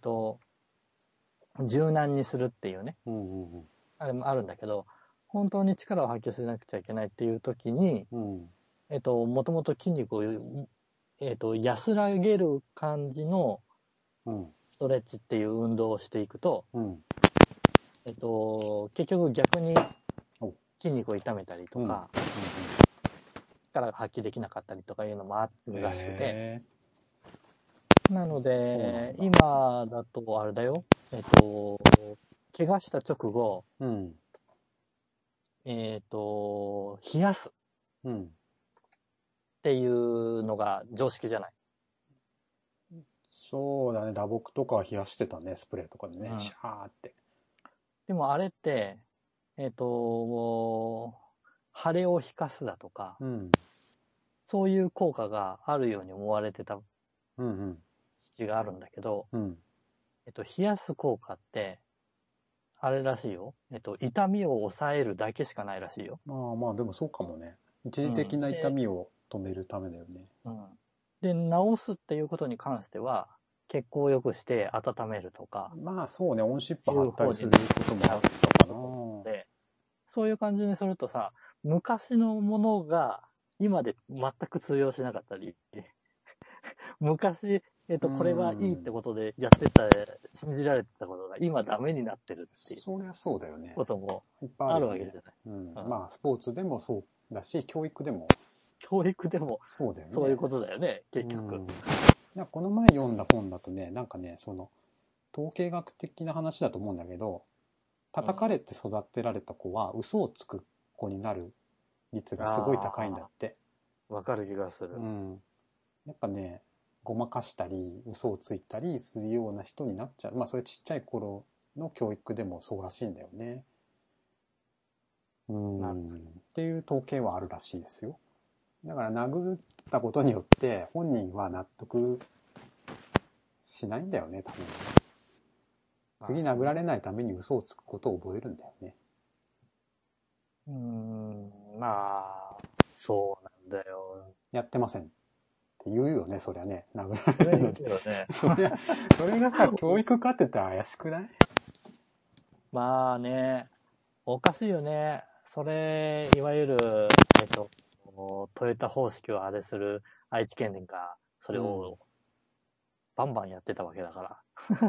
柔軟にするっていうね、あれもあるんだけど、本当に力を発揮しなくちゃいけないっていう時に、もともと筋肉を、安らげる感じのストレッチっていう運動をしていくと、結局逆に筋肉を痛めたりとか、力が発揮できなかったりとかいうのもあるらしくて。なので、今だとあれだよ、怪我した直後、冷やすっていうのが常識じゃない。 そうだね、打撲とかは冷やしてたね、スプレーとかでね、シャーって。 でもあれって、腫れを引かすだとか、そういう効果があるように思われてた土があるんだけど、冷やす効果って、あれらしいよ。痛みを抑えるだけしかないらしいよ。 まあでもそうかもね。一時的な痛みを止めるためだよね。 で、治すっていうことに関しては、血行を良くして温めるとか。 まあそうね、オンシップ貼ったりすることもあるとかな。 で、そういう感じにするとさ、昔のものが今で全く通用しなかったり、昔、これはいいってことでやってた、信じられてたことが今ダメになってるっていうそりゃそうだよね。 こともいっぱいああるよね。 るわけじゃない。 うん。 うん、 まあ、スポーツでもそうだし、教育でも教育でもそうだよね。 そういうことだよね、結局。 この前読んだ本だとね、なんかね、その、統計学的な話だと思うんだけど、叩かれて育てられた子は嘘をつく子になる率がすごい高いんだって。 わかる気がする。 うん。やっぱね、ごまかしたり、嘘をついたりするような人になっちゃう。まあ、それちっちゃい頃の教育でもそうらしいんだよね。っていう統計はあるらしいですよ。だから殴ったことによって本人は納得しないんだよね、多分ね。次殴られないために嘘をつくことを覚えるんだよね。 まあ、そうなんだよ。 やってませんって言うよね、そりゃね。殴られるので。 よね。 それがさ、教育かって言ったら怪しくない？ まあね、おかしいよね。それ、いわゆる、トヨタ方式をあれする愛知県が、それをバンバンやってたわけだから。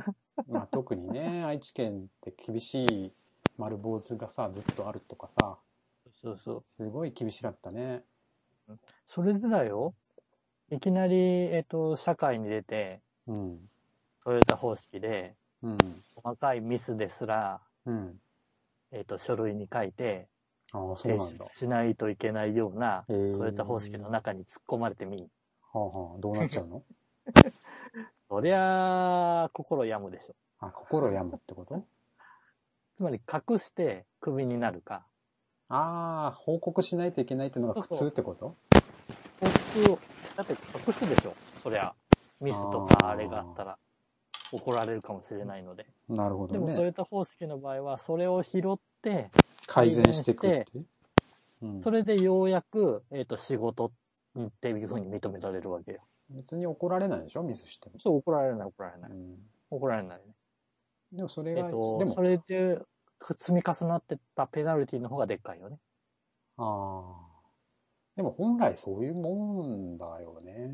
まあ特にね、愛知県って厳しい丸坊主がさ、ずっとあるとかさ、 そうそう。 すごい厳しかったね。 それでだよ。いきなり、社会に出て、 うん。 トヨタ方式で、 うん。 細かいミスですら、 うん。 書類に書いて、 ああ、そう提なんだ。 出しないといけないような、トヨタ方式のは中に突っ込まれてみ。 あはあ、どうなっちゃうの？ そりゃあ、心病むでしょ。 あ、心病むってこと？ つまり、隠してクビになるか。 ああ、報告しないといけないってのが苦痛ってこと？ だって隠すでしょ。そりゃ、ミスとかあれがあったら怒られるかもしれないので。 なるほどね。 でもトヨタ方式の場合は、それを拾って、 改善していくって。 それでようやく、仕事っていうふうに認められるわけよ。 別に怒られないでしょ、ミスしても。 そう、怒られない。怒られないね。 でもそれが、でも、 それで積み重なってたペナルティの方がでっかいよね。 ああ。でも本来そういうもんだよね。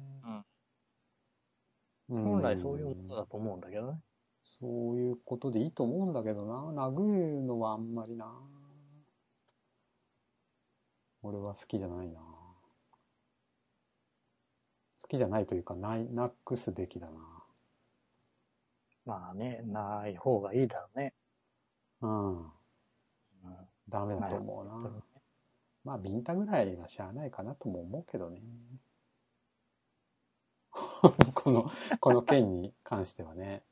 本来そういうものだと思うんだけどね。 そういうことでいいと思うんだけどな。殴るのはあんまりな。俺は好きじゃないな。好きじゃないというか、なくすべきだな。 まあね、ない方がいいだろうね。 ダメだと思うな。まあ、ビンタぐらいはしゃあないかなとも思うけどね。この件に関してはね。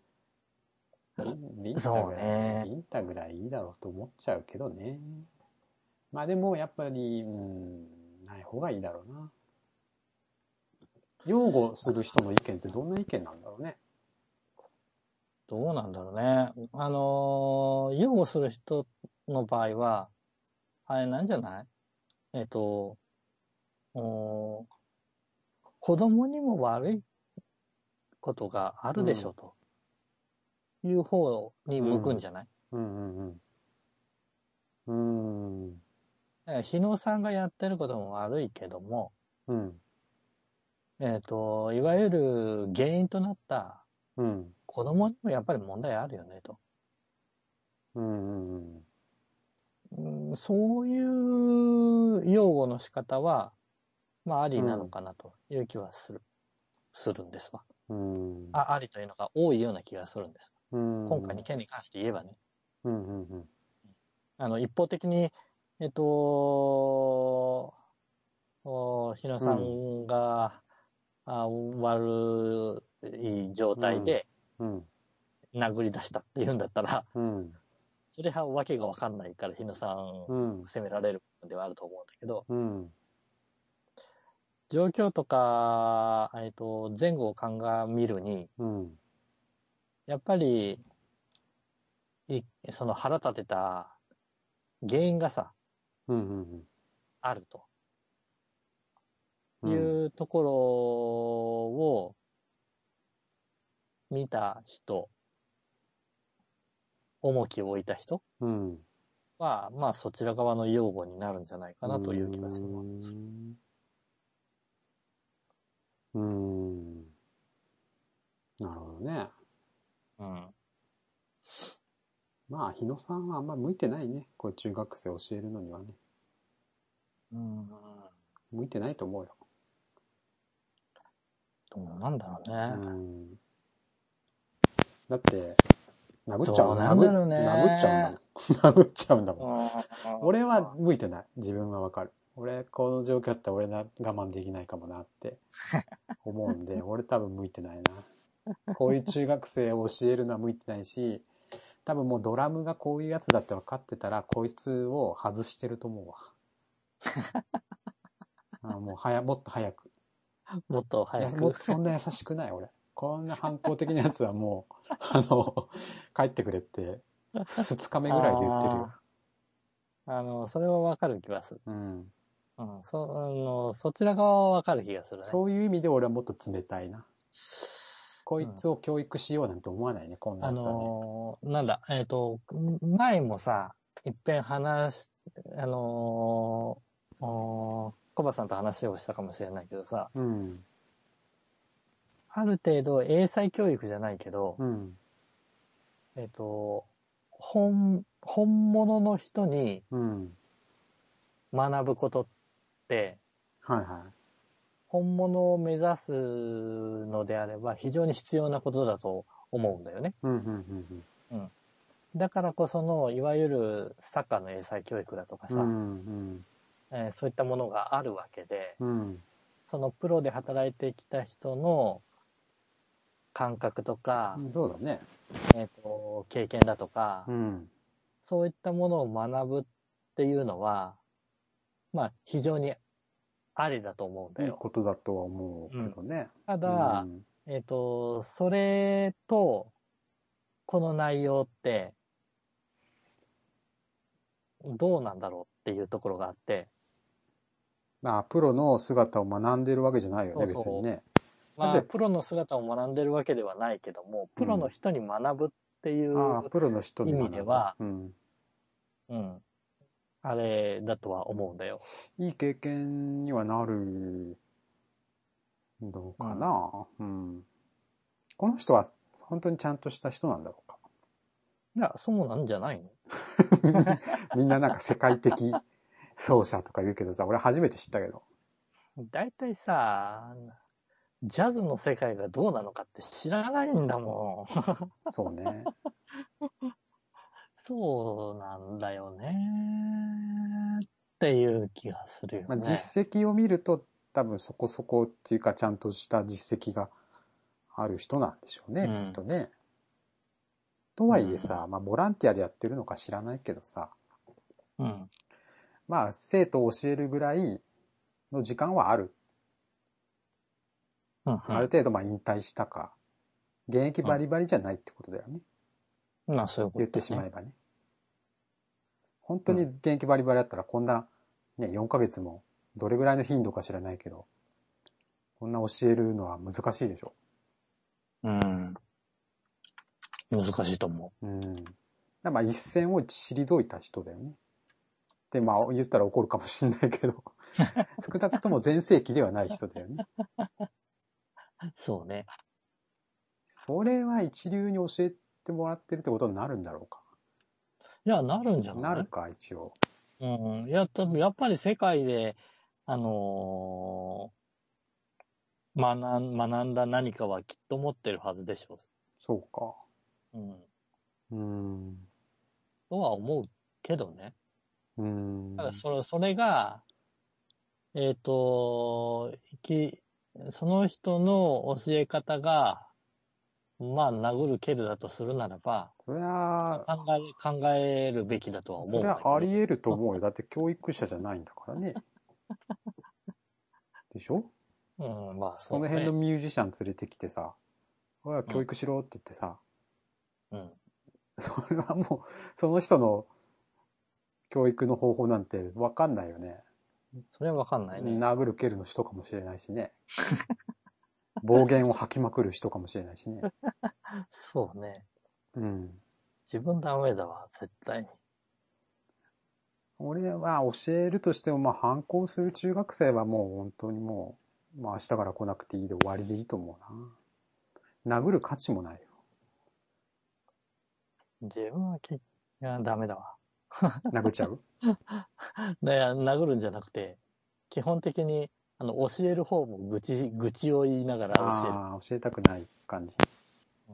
ビンタぐらいいいだろうと思っちゃうけどね。まあでも、やっぱり、ない方がいいだろうな。擁護する人の意見ってどんな意見なんだろうね。 どうなんだろうね。擁護する人の場合は、あれなんじゃない？子供にも悪いことがあるでしょという方に向くんじゃない？日野さんがやってることも悪いけども、いわゆる原因となった子供にもやっぱり問題あるよねと。そういう擁護の仕方は、まあありなのかなという気はするんですわ。ありというのが多いような気がするんです。今回の件に関して言えばね。一方的に、日野さんが、悪い状態で、殴り出したって言うんだったら、それはわけがわかんないから日野さん責められるのではあると思うんだけど、状況とか、前後を鑑みるに、やっぱり、その腹立てた原因がさ、あるというところを見た人、重きを置いた人は、まあそちら側の擁護になるんじゃないかなという気がします。 なるほどね。 うん。 まあ、日野さんはあんま向いてないね。こういう中学生教えるのにはね。向いてないと思うよ。 どうなんだろうね。 だって、殴っちゃうどうなんだろうね。 殴っちゃうんだもん。殴っちゃうんだもん。俺は向いてない。自分はわかる。俺、この状況だったら俺我慢できないかもなって思うんで、俺多分向いてないな。こういう中学生を教えるのは向いてないし、多分もうドラムがこういうやつだって分かってたら、こいつを外してると思うわ。もっと早く。 もっと早く。 もっとそんな優しくない俺。こんな反抗的なやつはもう、帰ってくれって、2日目ぐらいで言ってるよ。 それはわかる気がする。そちら側はわかる気がするね。 そういう意味で俺はもっと冷たいな。こいつを教育しようなんて思わないね、こんなやつはね。 なんだ、前もさ、いっぺんコバさんと話をしたかもしれないけどさ、ある程度英才教育じゃないけど、本物の人に学ぶことって、本物を目指すのであれば非常に必要なことだと思うんだよね。だからこその、いわゆるサッカーの英才教育だとかさ、そういったものがあるわけで、そのプロで働いてきた人の感覚とか、 そうだね。 経験だとか、そういったものを学ぶっていうのは、まあ非常にありだと思うんだよ。 いいことだとは思うけどね。 ただ、それと、この内容って、どうなんだろうっていうところがあって。 まあ、プロの姿を学んでるわけじゃないよね、別にね。 まあ、プロの姿を学んでるわけではないけども、プロの人に学ぶっていう意味では、あれだとは思うんだよ。 いい経験にはなるのかな、この人は本当にちゃんとした人なんだろうか。 いや、そうなんじゃないのみんななんか世界的奏者とか言うけどさ、俺初めて知ったけど。 大体さ、ジャズの世界がどうなのかって知らないんだもん。そうね。 そうなんだよね。っていう気がするよね。 まあ、実績を見ると多分そこそこっていうかちゃんとした実績がある人なんでしょうね、きっとね。とはいえさ、まあボランティアでやってるのか知らないけどさ、まあ生徒を教えるぐらいの時間はある。ある程度まあ引退したか、現役バリバリじゃないってことだよね。 まあそういうこと、 言ってしまえばね。本当に現役バリバリだったらこんな、ね、4ヶ月もどれぐらいの頻度か知らないけど、こんな教えるのは難しいでしょ。 難しいと思う。 まあ一線を退いた人だよね。で、まあ言ったら怒るかもしれないけど、少なくとも全盛期ではない人だよね。 そうね。 それは一流に教えてもらってるってことになるんだろうか。 いや、なるんじゃない？ なるか、一応。 やっぱり世界で、学んだ何かはきっと持ってるはずでしょう。 そうか。 とは思うけどね。ただそれが、その人の教え方が、まあ、殴る蹴るだとするならば、 それは、 考えるべきだとは思うんだけど。 それはあり得ると思うよ。だって教育者じゃないんだからね。でしょ？ まあその辺のミュージシャン連れてきてさ、おい、教育しろって言ってさ、それはもう、その人の教育の方法なんてわかんないよね。 それはわかんないね。 殴る蹴るの人かもしれないしね。暴言を吐きまくる人かもしれないしね。 そうね。自分ダメだわ、絶対に。 俺は教えるとしても、反抗する中学生はもう本当にもう、明日から来なくていいで終わりでいいと思うな。殴る価値もないよ。 自分はいや、ダメだわ。 殴っちゃう殴るんじゃなくて、基本的に、教える方も愚痴を言いながら教える。 ああ、教えたくない感じ。 うん、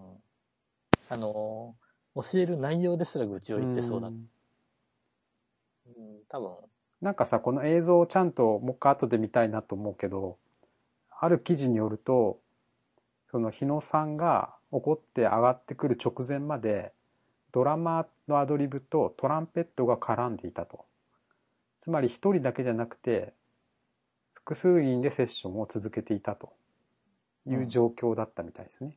教える内容ですら愚痴を言ってそうだ。多分。 なんかさ、この映像をちゃんともう一回後で見たいなと思うけど、ある記事によると、その日野さんが怒って上がってくる直前まで、ドラマのアドリブとトランペットが絡んでいたと。つまり一人だけじゃなくて、複数人でセッションを続けていたという状況だったみたいですね。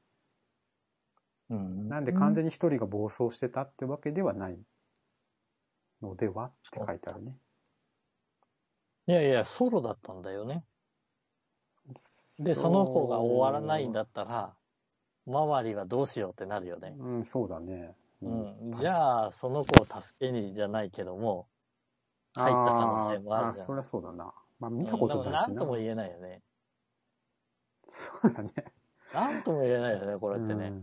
なんで完全に一人が暴走してたってわけではないのではって書いてあるね。 いやいや、ソロだったんだよね。で、その子が終わらないんだったら、周りはどうしようってなるよね。 そうだね。 じゃあ、その子を助けにじゃないけども、入った可能性もあるじゃん。 そりゃそうだな。見たことないしな。 なんとも言えないよね。 そうだね。 なんとも言えないよね、これってね。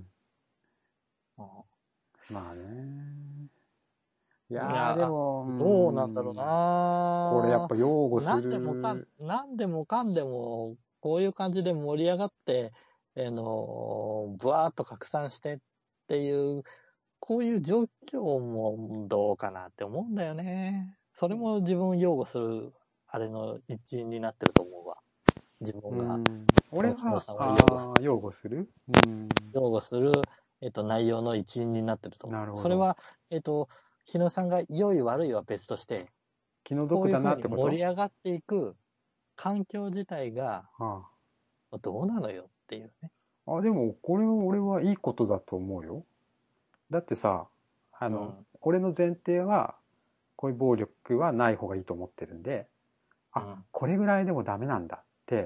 まあね。いやーでも、 どうなんだろうな。 これやっぱ擁護する。 なんでもかんでも、こういう感じで盛り上がって、ブワーっと拡散してっていう、こういう状況もどうかなって思うんだよね。それも自分を擁護する、あれの一員になってると思うわ。自分が。 俺は擁護する擁護する、内容の一員になってると思う。なるほど。それは、日野さんが良い悪いは別として、 気の毒だなってこと？ こういうふうに盛り上がっていく環境自体が、どうなのよっていうね。 でも、これは俺はいいことだと思うよ。だってさ、俺の前提は、こういう暴力はない方がいいと思ってるんで、これぐらいでもダメなんだって、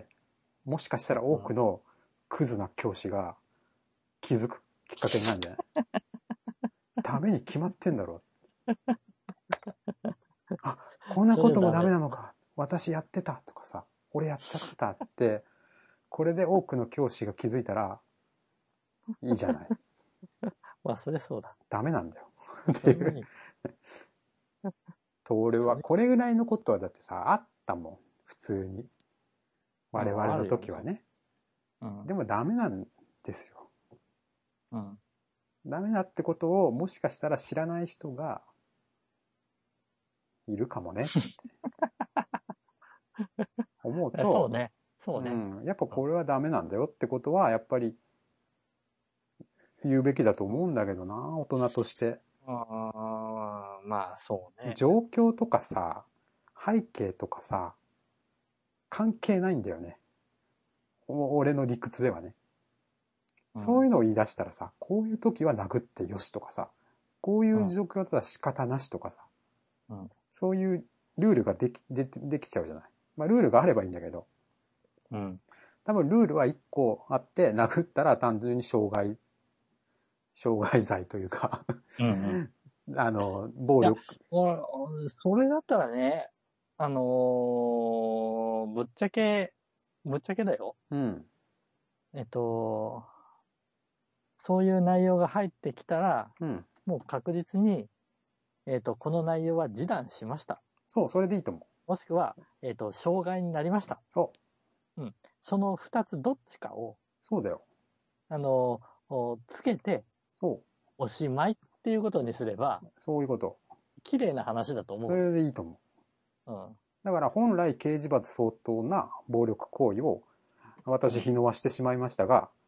もしかしたら多くのクズな教師が気づくきっかけになるんじゃない？ダメに決まってんだろ。こんなこともダメなのか。私やってたとかさ、俺やっちゃってたって、これで多くの教師が気づいたら、いいじゃない。 そりゃそうだ。 ダメなんだよ。っていう。と、俺は、これぐらいのことはだってさ、あったもん。普通に。我々の時はね。でもダメなんですよ。ダメだってことを、もしかしたら知らない人が、いるかもねって思うと、 そうね。 やっぱこれはダメなんだよってことは、やっぱり言うべきだと思うんだけどな、大人として。 そうね。 状況とかさ、背景とかさ、関係ないんだよね。俺の理屈ではね。そういうのを言い出したらさ、こういう時は殴ってよしとかさ、こういう状況だったら仕方なしとかさ、そういうルールができちゃうじゃない。ルールがあればいいんだけど、多分ルールは1個あって、殴ったら単純に傷害罪というか暴力。 それだったらね、ぶっちゃけだよ。そういう内容が入ってきたら、もう確実に、この内容は示談しました。 そう、それでいいと思う。 もしくは、傷害になりました。 そう。 その2つどっちかを、 そうだよ。 つけて、 そう。 おしまいっていうことにすれば、 そういうこと。 綺麗な話だと思う。 それでいいと思う。だから本来刑事罰相当な暴力行為を私、日野はしてしまいましたが、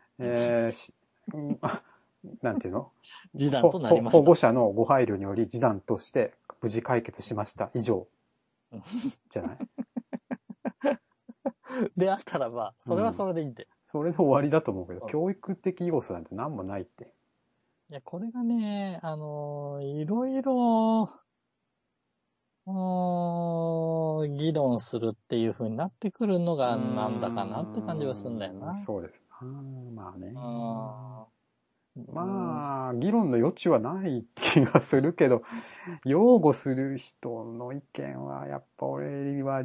なんていうの？ 示談となりました。 保護者のご配慮により示談として無事解決しました。以上。じゃない？ であったらば、それはそれでいいんで。 それで終わりだと思うけど、教育的要素なんて何もないって。 いや、これがね、いろいろ、議論するっていう風になってくるのがなんだかなって感じはするんだよな。 そうです。まあね。 まあ、議論の余地はない気がするけど、擁護する人の意見は、やっぱ俺は、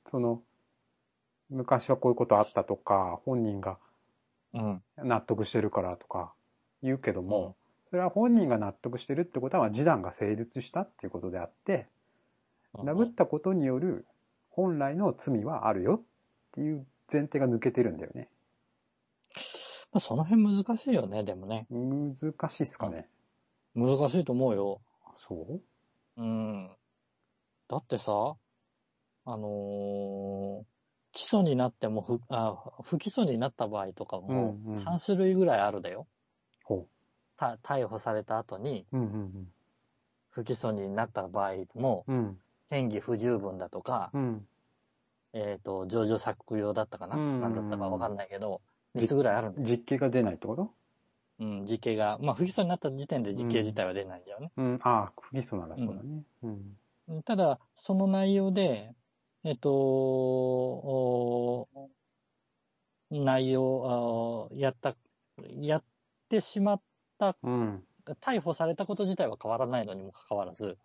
昔はこういうことあったとか、本人が納得してるからとか言うけども、それは本人が納得してるってことは示談が成立したっていうことであって、殴ったことによる本来の罪はあるよっていう前提が抜けてるんだよね。 その辺難しいよね、でもね。 難しいっすかね。 難しいと思うよ。 そう？ だってさ、起訴になっても不起訴になった場合とかも3種類ぐらいあるだよ。逮捕された後に、不起訴になった場合も、嫌疑不十分だとか、情状酌量だったかな、何だったかわかんないけど、3つぐらいあるんだよ。 実刑が出ないってこと？ 実刑が、まあ不起訴になった時点で実刑自体は出ないんだよね。 不起訴ならそうだね。 ただ、その内容で、内容、やってしまった、逮捕されたこと自体は変わらないのにもかかわらず、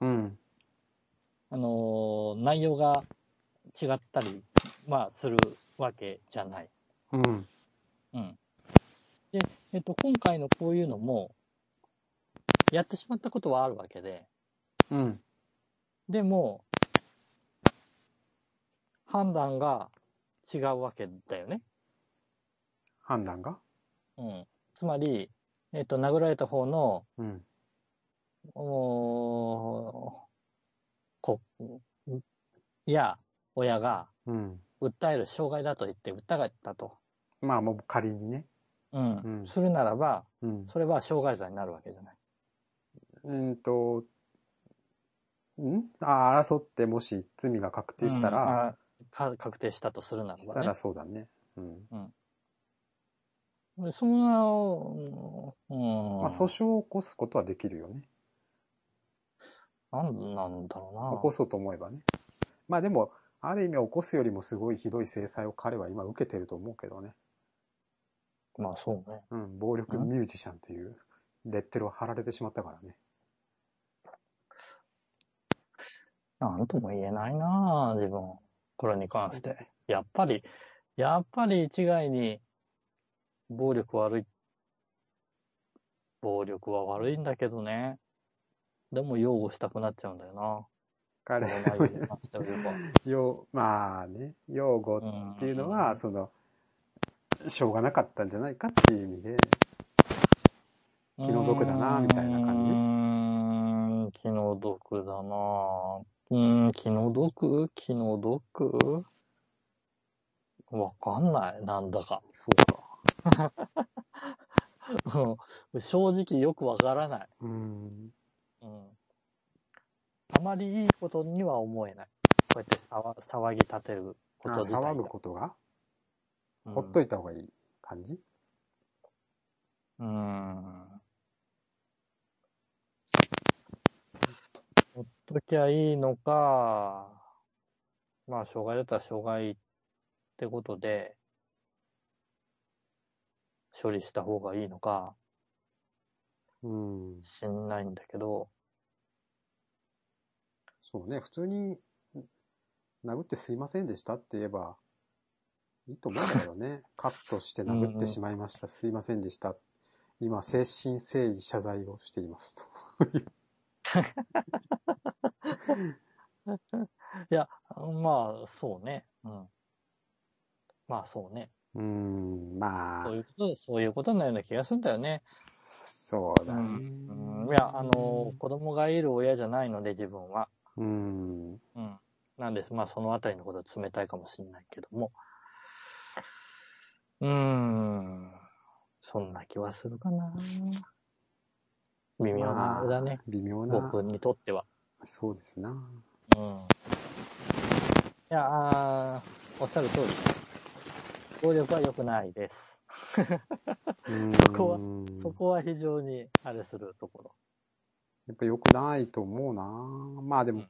内容が違ったり、するわけじゃない。で、今回のこういうのも、やってしまったことはあるわけで、でも、判断が違うわけだよね。 判断が？ つまり、殴られた方の、親が、訴える障害だと言って訴えたと。 まあもう仮にね。 するならば、それは傷害罪になるわけじゃない。 争ってもし罪が確定したら、 確定したとするならばね。 したらそうだね。 そんな、 訴訟を起こすことはできるよね。 なんだろうな。 起こそうと思えばね。まあでも、ある意味起こすよりもすごいひどい制裁を彼は今受けてると思うけどね。 まあそうね。 暴力ミュージシャンというレッテルを貼られてしまったからね。 なんとも言えないなぁ、自分。これに関して。やっぱり一概に、暴力は悪いんだけどね。でも擁護したくなっちゃうんだよな。 彼まあね、擁護っていうのは、しょうがなかったんじゃないかっていう意味で、気の毒だな、みたいな感じ？ 気の毒だな。気の毒わかんない。なんだか。 そうか。 正直よくわからない。あまりいいことには思えない。こうやって騒ぎ立てること自体。 騒ぐことがほっといた方がいい感じ？ ほっときゃいいのか、まあ、障害だったら障害ってことで、処理した方がいいのか、知んないんだけど。 そうね、普通に、殴ってすいませんでしたって言えば、いいと思うんだけどね。カットして殴ってしまいました。すいませんでした。今、誠心誠意謝罪をしていますと。 いや、まあ、そうね。まあ、そうね。 まあ。 そういうことのような気がするんだよね。 そうだね。 いや、子供がいる親じゃないので、自分は。なんです。まあ、そのあたりのことは冷たいかもしれないけども。そんな気はするかな。微妙なあれだね。 微妙な。 僕にとっては。そうですな。 いや、おっしゃる通り。暴力は良くないです。そこは非常にあれするところ。 やっぱ良くないと思うな。まあでも、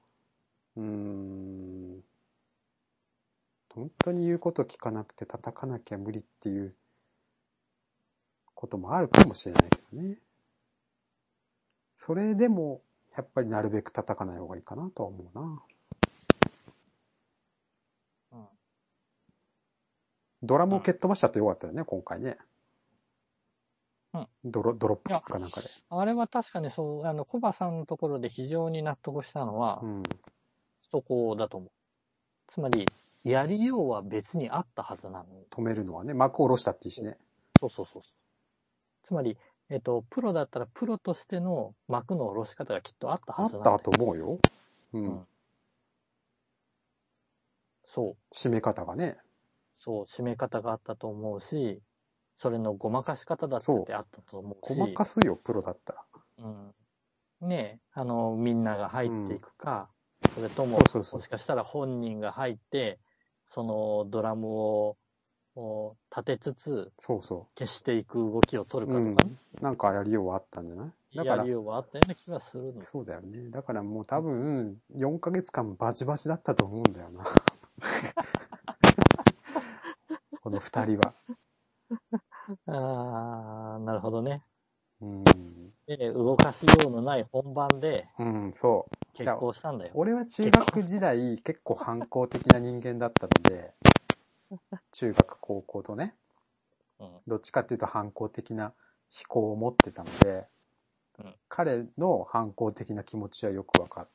本当に言うこと聞かなくて叩かなきゃ無理っていうこともあるかもしれないけどね。 それでも、やっぱりなるべく叩かない方がいいかなとは思うな。うん。ドラムを蹴っ飛ばしちゃってよかったよね、今回ね。うん。ドロップキックかなんかで。 あれは確かにそう、コバさんのところで非常に納得したのは、そこだと思う。つまり、やりようは別にあったはずなの。 止めるのはね、幕を下ろしたっていいしね。 そうそうそう。つまり、プロだったらプロとしての幕の下ろし方がきっとあったはずなんだよ。 あったと思うよ。うん。そう。締め方がね。 そう、締め方があったと思うし、それのごまかし方だってあったと思うし。 ごまかすよ、プロだったら。 うん。ねえ、みんなが入っていくか、それとも、もしかしたら本人が入って、そのドラムを立てつつ、消していく動きを取るかとかね。 なんかやりようはあったんじゃない？だからやりようはあったような気はするの。 そうだよね。だからもう多分、4ヶ月間バチバチだったと思うんだよな。この2人は。 ああ、なるほどね。 うん。 で、動かしようのない本番で、 そう。 結婚したんだよ。 俺は中学時代結構反抗的な人間だったので、中学高校とね、どっちかっていうと反抗的な思考を持ってたので、彼の反抗的な気持ちはよく分かって、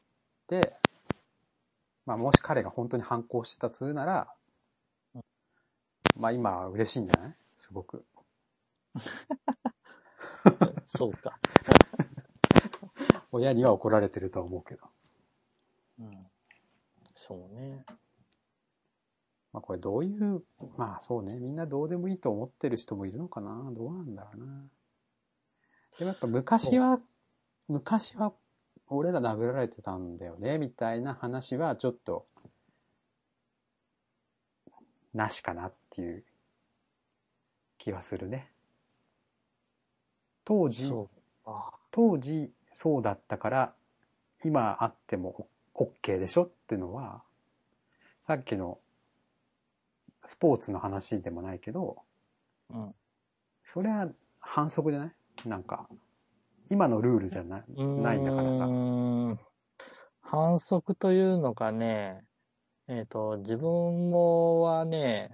まあもし彼が本当に反抗してたつうなら、まあ今は嬉しいんじゃない？すごく。 そうか。 親には怒られてるとは思うけど。 そうね。 まあこれどういう、まあそうね、みんなどうでもいいと思ってる人もいるのかな？どうなんだろうな。でもやっぱ昔は俺ら殴られてたんだよね、みたいな話はちょっと、なしかなっていう気はするね。当時そうだったから、今あっても OK でしょってのは、さっきのスポーツの話でもないけど、それは反則じゃない？なんか、今のルールじゃないんだからさ。 反則というのかね、自分もはね、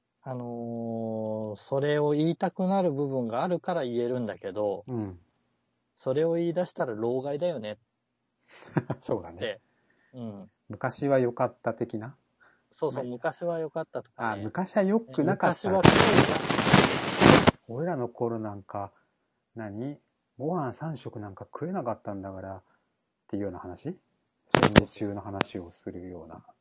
それを言いたくなる部分があるから言えるんだけど、それを言い出したら老害だよね。 そうだね。 うん。 昔は良かった的な？ そうそう、昔は良かったとかね。 昔は良くなかった。昔は俺らの頃なんか、ご飯3食なんか食えなかったんだからっていうような話？戦時中の話をするような。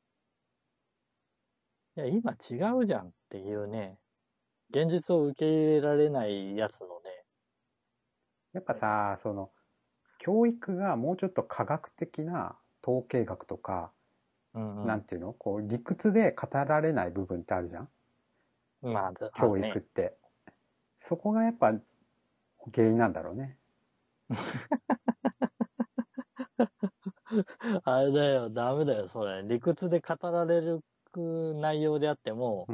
いや、今違うじゃんっていうね、現実を受け入れられないやつのね。 やっぱさ、教育がもうちょっと科学的な統計学とか、なんていうの？こう、理屈で語られない部分ってあるじゃん？ まあ、 教育って。そこがやっぱ原因なんだろうね。 あれだよ、ダメだよ、それ。理屈で語られる内容であっても、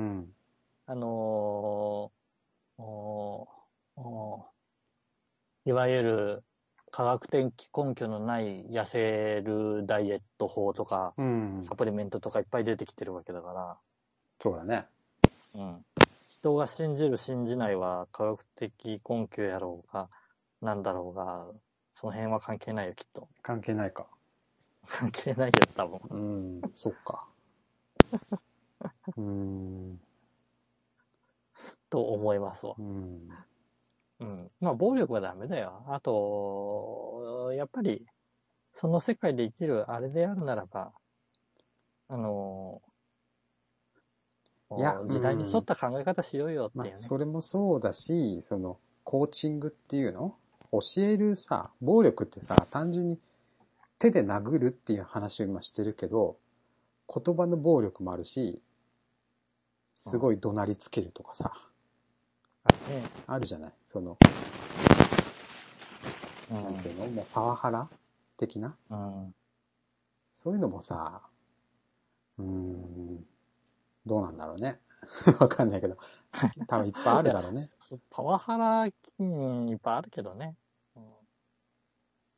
いわゆる科学的根拠のない痩せるダイエット法とか、サプリメントとかいっぱい出てきてるわけだから。 そうだね。 人が信じる信じないは科学的根拠やろうが、なんだろうが、その辺は関係ないよ、きっと。 関係ないか。 関係ないよ、多分。 そっか。 と思いますわ。まあ、暴力はダメだよ。あと、やっぱり、その世界で生きるあれであるならば、時代に沿った考え方しようよっていうね。 それもそうだし、コーチングっていうの？教えるさ、暴力ってさ、単純に手で殴るっていう話を今してるけど、言葉の暴力もあるし、すごい怒鳴りつけるとかさ、あるじゃない？なんていうの？もうパワハラ的な？そういうのもさ、どうなんだろうね。わかんないけど。多分いっぱいあるだろうね。 パワハラ、いっぱいあるけどね。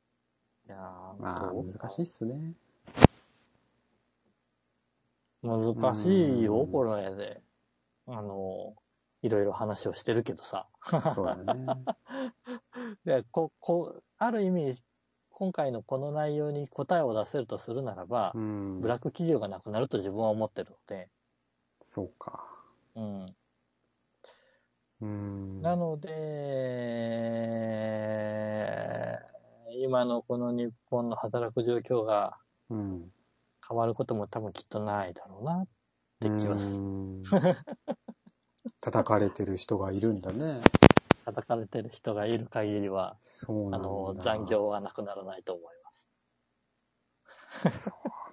いやー、 まあ、難しいっすね。 難しいよ、これで。いろいろ話をしてるけどさ。 そうだね。 で、ある意味、今回のこの内容に答えを出せるとするならば、ブラック企業がなくなると自分は思ってるので。 そうか。 うん。なので、今のこの日本の働く状況が変わることも多分きっとないだろうなって気はする。 叩かれてる人がいるんだね。 叩かれてる人がいる限りは、 そうなんだ。 残業はなくならないと思います。そう、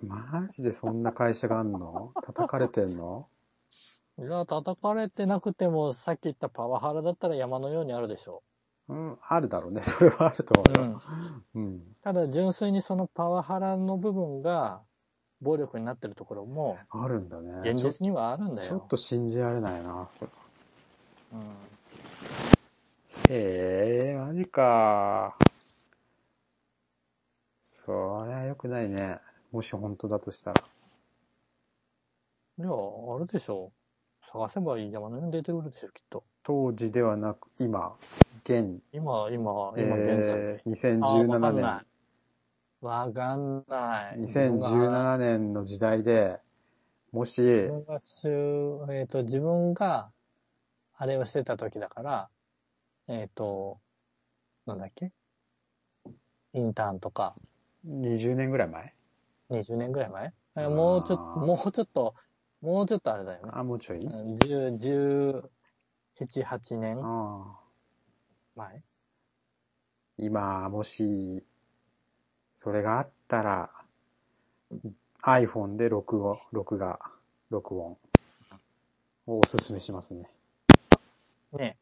マジでそんな会社があんの？叩かれてんの？ いや、叩かれてなくても、さっき言ったパワハラだったら山のようにあるでしょう。あるだろうね。それはあると思うよ。 ただ、純粋にそのパワハラの部分が、暴力になってるところも、 あるんだね。 現実にはあるんだよ。 ちょっと信じられないな。マジか。そりゃ良くないね。もし本当だとしたら。 いや、あるでしょ。探せばいい山のように出てくるでしょ、きっと。 当時ではなく、今、現在。2017年。 わかんない。 2017年の時代で、もし、 自分が、あれをしてた時だから、なんだっけ？インターンとか。 20年ぐらい前？ 20年ぐらい前？もうちょっとあれだよね。 もうちょい 17、8年前？ 今、もし、それがあったら、iPhone で録音をおすすめしますね。 ね。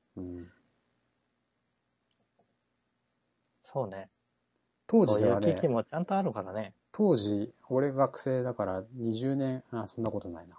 そうね。 当時ではね。 そういう機器もちゃんとあるからね。 当時、俺学生だから20年、そんなことないな。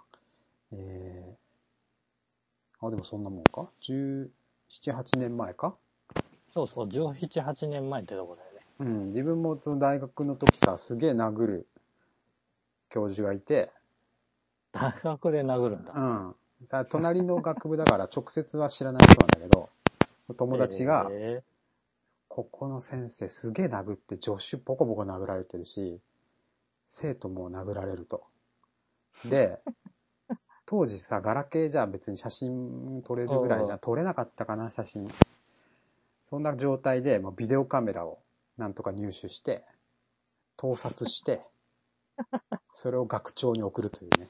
でもそんなもんか ?17、8年前か？ そうそう、17、8年前ってとこだよね。 自分もその大学の時さ、すげえ殴る教授がいて。 大学で殴るんだ。 隣の学部だから直接は知らない人なんだけど、友達が、ここの先生すげえ殴って助手ボコボコ殴られてるし、生徒も殴られると。で、当時さ、ガラケーじゃ別に写真撮れるぐらいじゃ撮れなかったかな、写真。そんな状態で、ビデオカメラをなんとか入手して、盗撮して、それを学長に送るというね。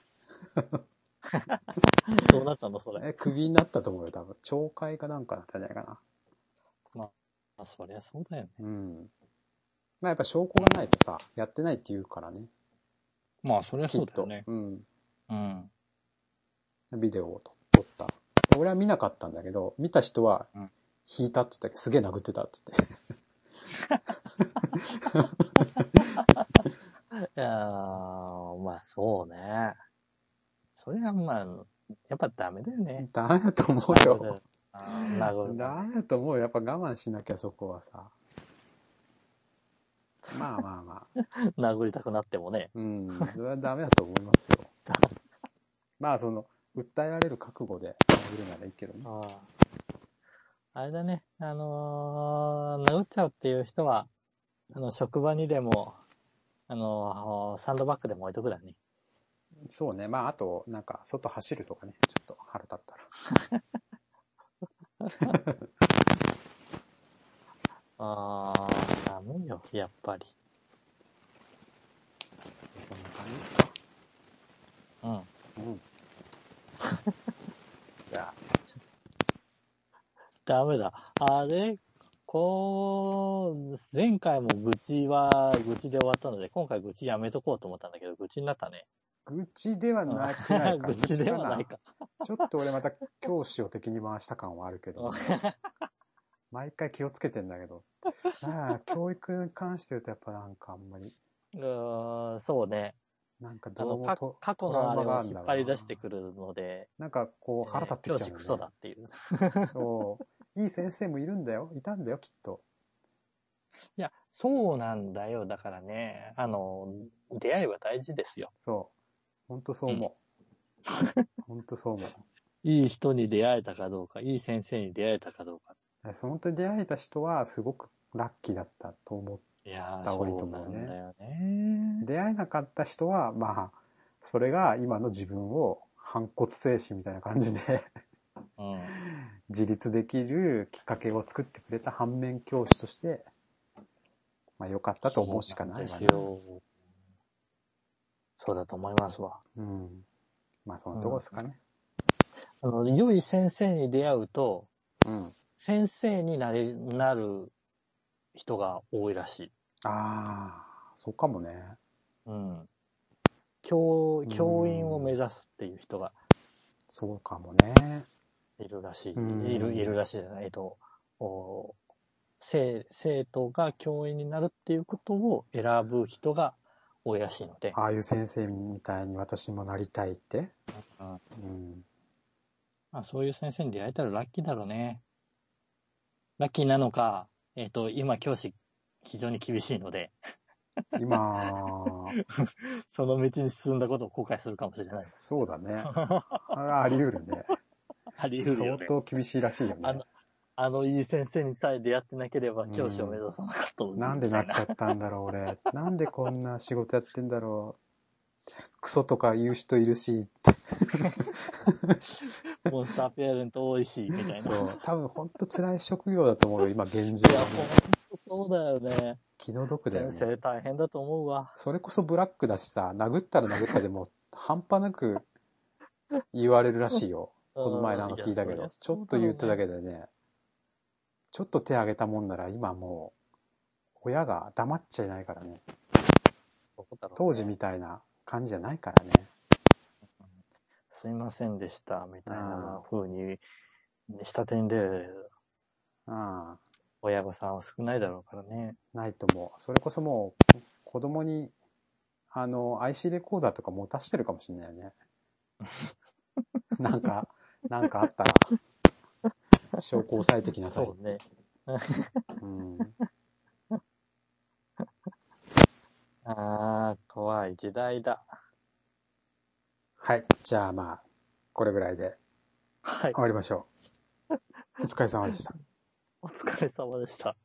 どうなったのそれ。 クビになったと思うよ、多分。懲戒かなんかだったんじゃないかな。そりゃそうだよね。 やっぱ証拠がないとさ、やってないって言うからね。 そりゃそうだよね。 ビデオを撮った。俺は見なかったんだけど、見た人は、引いたって言ったけど、すげえ殴ってたって言って。 いやそうね。それはやっぱダメだよね。 ダメだと思うよ。ダメだと思うよ。やっぱ我慢しなきゃそこはさ。まあ。 殴りたくなってもね。 それはダメだと思いますよ。訴えられる覚悟で殴るならいいけどね。 あれだね。殴っちゃうっていう人は、職場にでも、サンドバッグでも置いとくだね。 そうね。あと、なんか、外走るとかね。ちょっと腹立ったら。ダメよ、やっぱり。 そんな感じですか？じゃあ。 ダメだ。前回も愚痴で終わったので、今回愚痴やめとこうと思ったんだけど、愚痴になったね。 愚痴ではなくないか。 愚痴ではないか。 ちょっと俺また教師を敵に回した感はあるけど、毎回気をつけてんだけど。教育に関して言うとやっぱなんかあんまり。 そうね。 なんかどうも過去のあれを引っ張り出してくるので。 なんかこう腹立ってきちゃうんだよね。 教師クソだっていう。 そう。いい先生もいたんだよ、きっと。 いや、そうなんだよ。だからね、出会いは大事ですよ。 そう。ほんとそう思う。ほんとそう思う。 いい人に出会えたかどうか、いい先生に出会えたかどうか。 本当に出会えた人はすごくラッキーだったと思った方がいいと思うね。 そうなんだよね。 出会えなかった人は、まあ、それが今の自分を反骨精神みたいな感じでうん。 自立できるきっかけを作ってくれた反面教師として、まあ良かったと思うしかないわね。 そうだと思いますわ。 うん。まあそのとこですかね。 良い先生に出会うと、 うん。 先生になる人が多いらしい。 ああ、そうかもね。 うん。教員を目指すっていう人がそうかもね。 いるらしい。いうん。 るらしいじゃない。生徒が教員になるっていうことを選ぶ人が多いらしいので。 ああいう先生みたいに私もなりたいって。 うん。 うん。 まあ、そういう先生に出会えたらラッキーだろうね。ラッキーなのか、今教師非常に厳しいので、 今、 その道に進んだことを後悔するかもしれない。 そうだね。あれあり得るね。 あり得るよ相ね。 当厳しいらしいよね。 いい先生にさえ出会ってなければ教師を目指さなかったのに、 なんでなっちゃったんだろう、俺。なんでこんな仕事やってんだろう。クソとか言う人いるし。 モンスターペアレント多いし、みたいな。 そう。多分ほんと辛い職業だと思うよ、今現状は。 いや、ほんとそうだよね。 気の毒だよね。 先生大変だと思うわ。 それこそブラックだしさ、殴ったら殴ったでも半端なく言われるらしいよ。この前聞いたけど。ちょっと言っただけでね。ちょっと手挙げたもんなら今もう、親が黙っちゃいないからね。当時みたいな感じじゃないからね。 すいませんでした、みたいな風に、下手に出る親御さんは少ないだろうからね。 ないと思う。それこそもう、子供に、IC レコーダーとか持たしてるかもしれないよね。なんかあったら、証拠押さえてきなさい。 そうね。 うん。 怖い時代だ。 はい。じゃあまあ、これぐらいで終わりましょう。お疲れ様でした。 お疲れ様でした。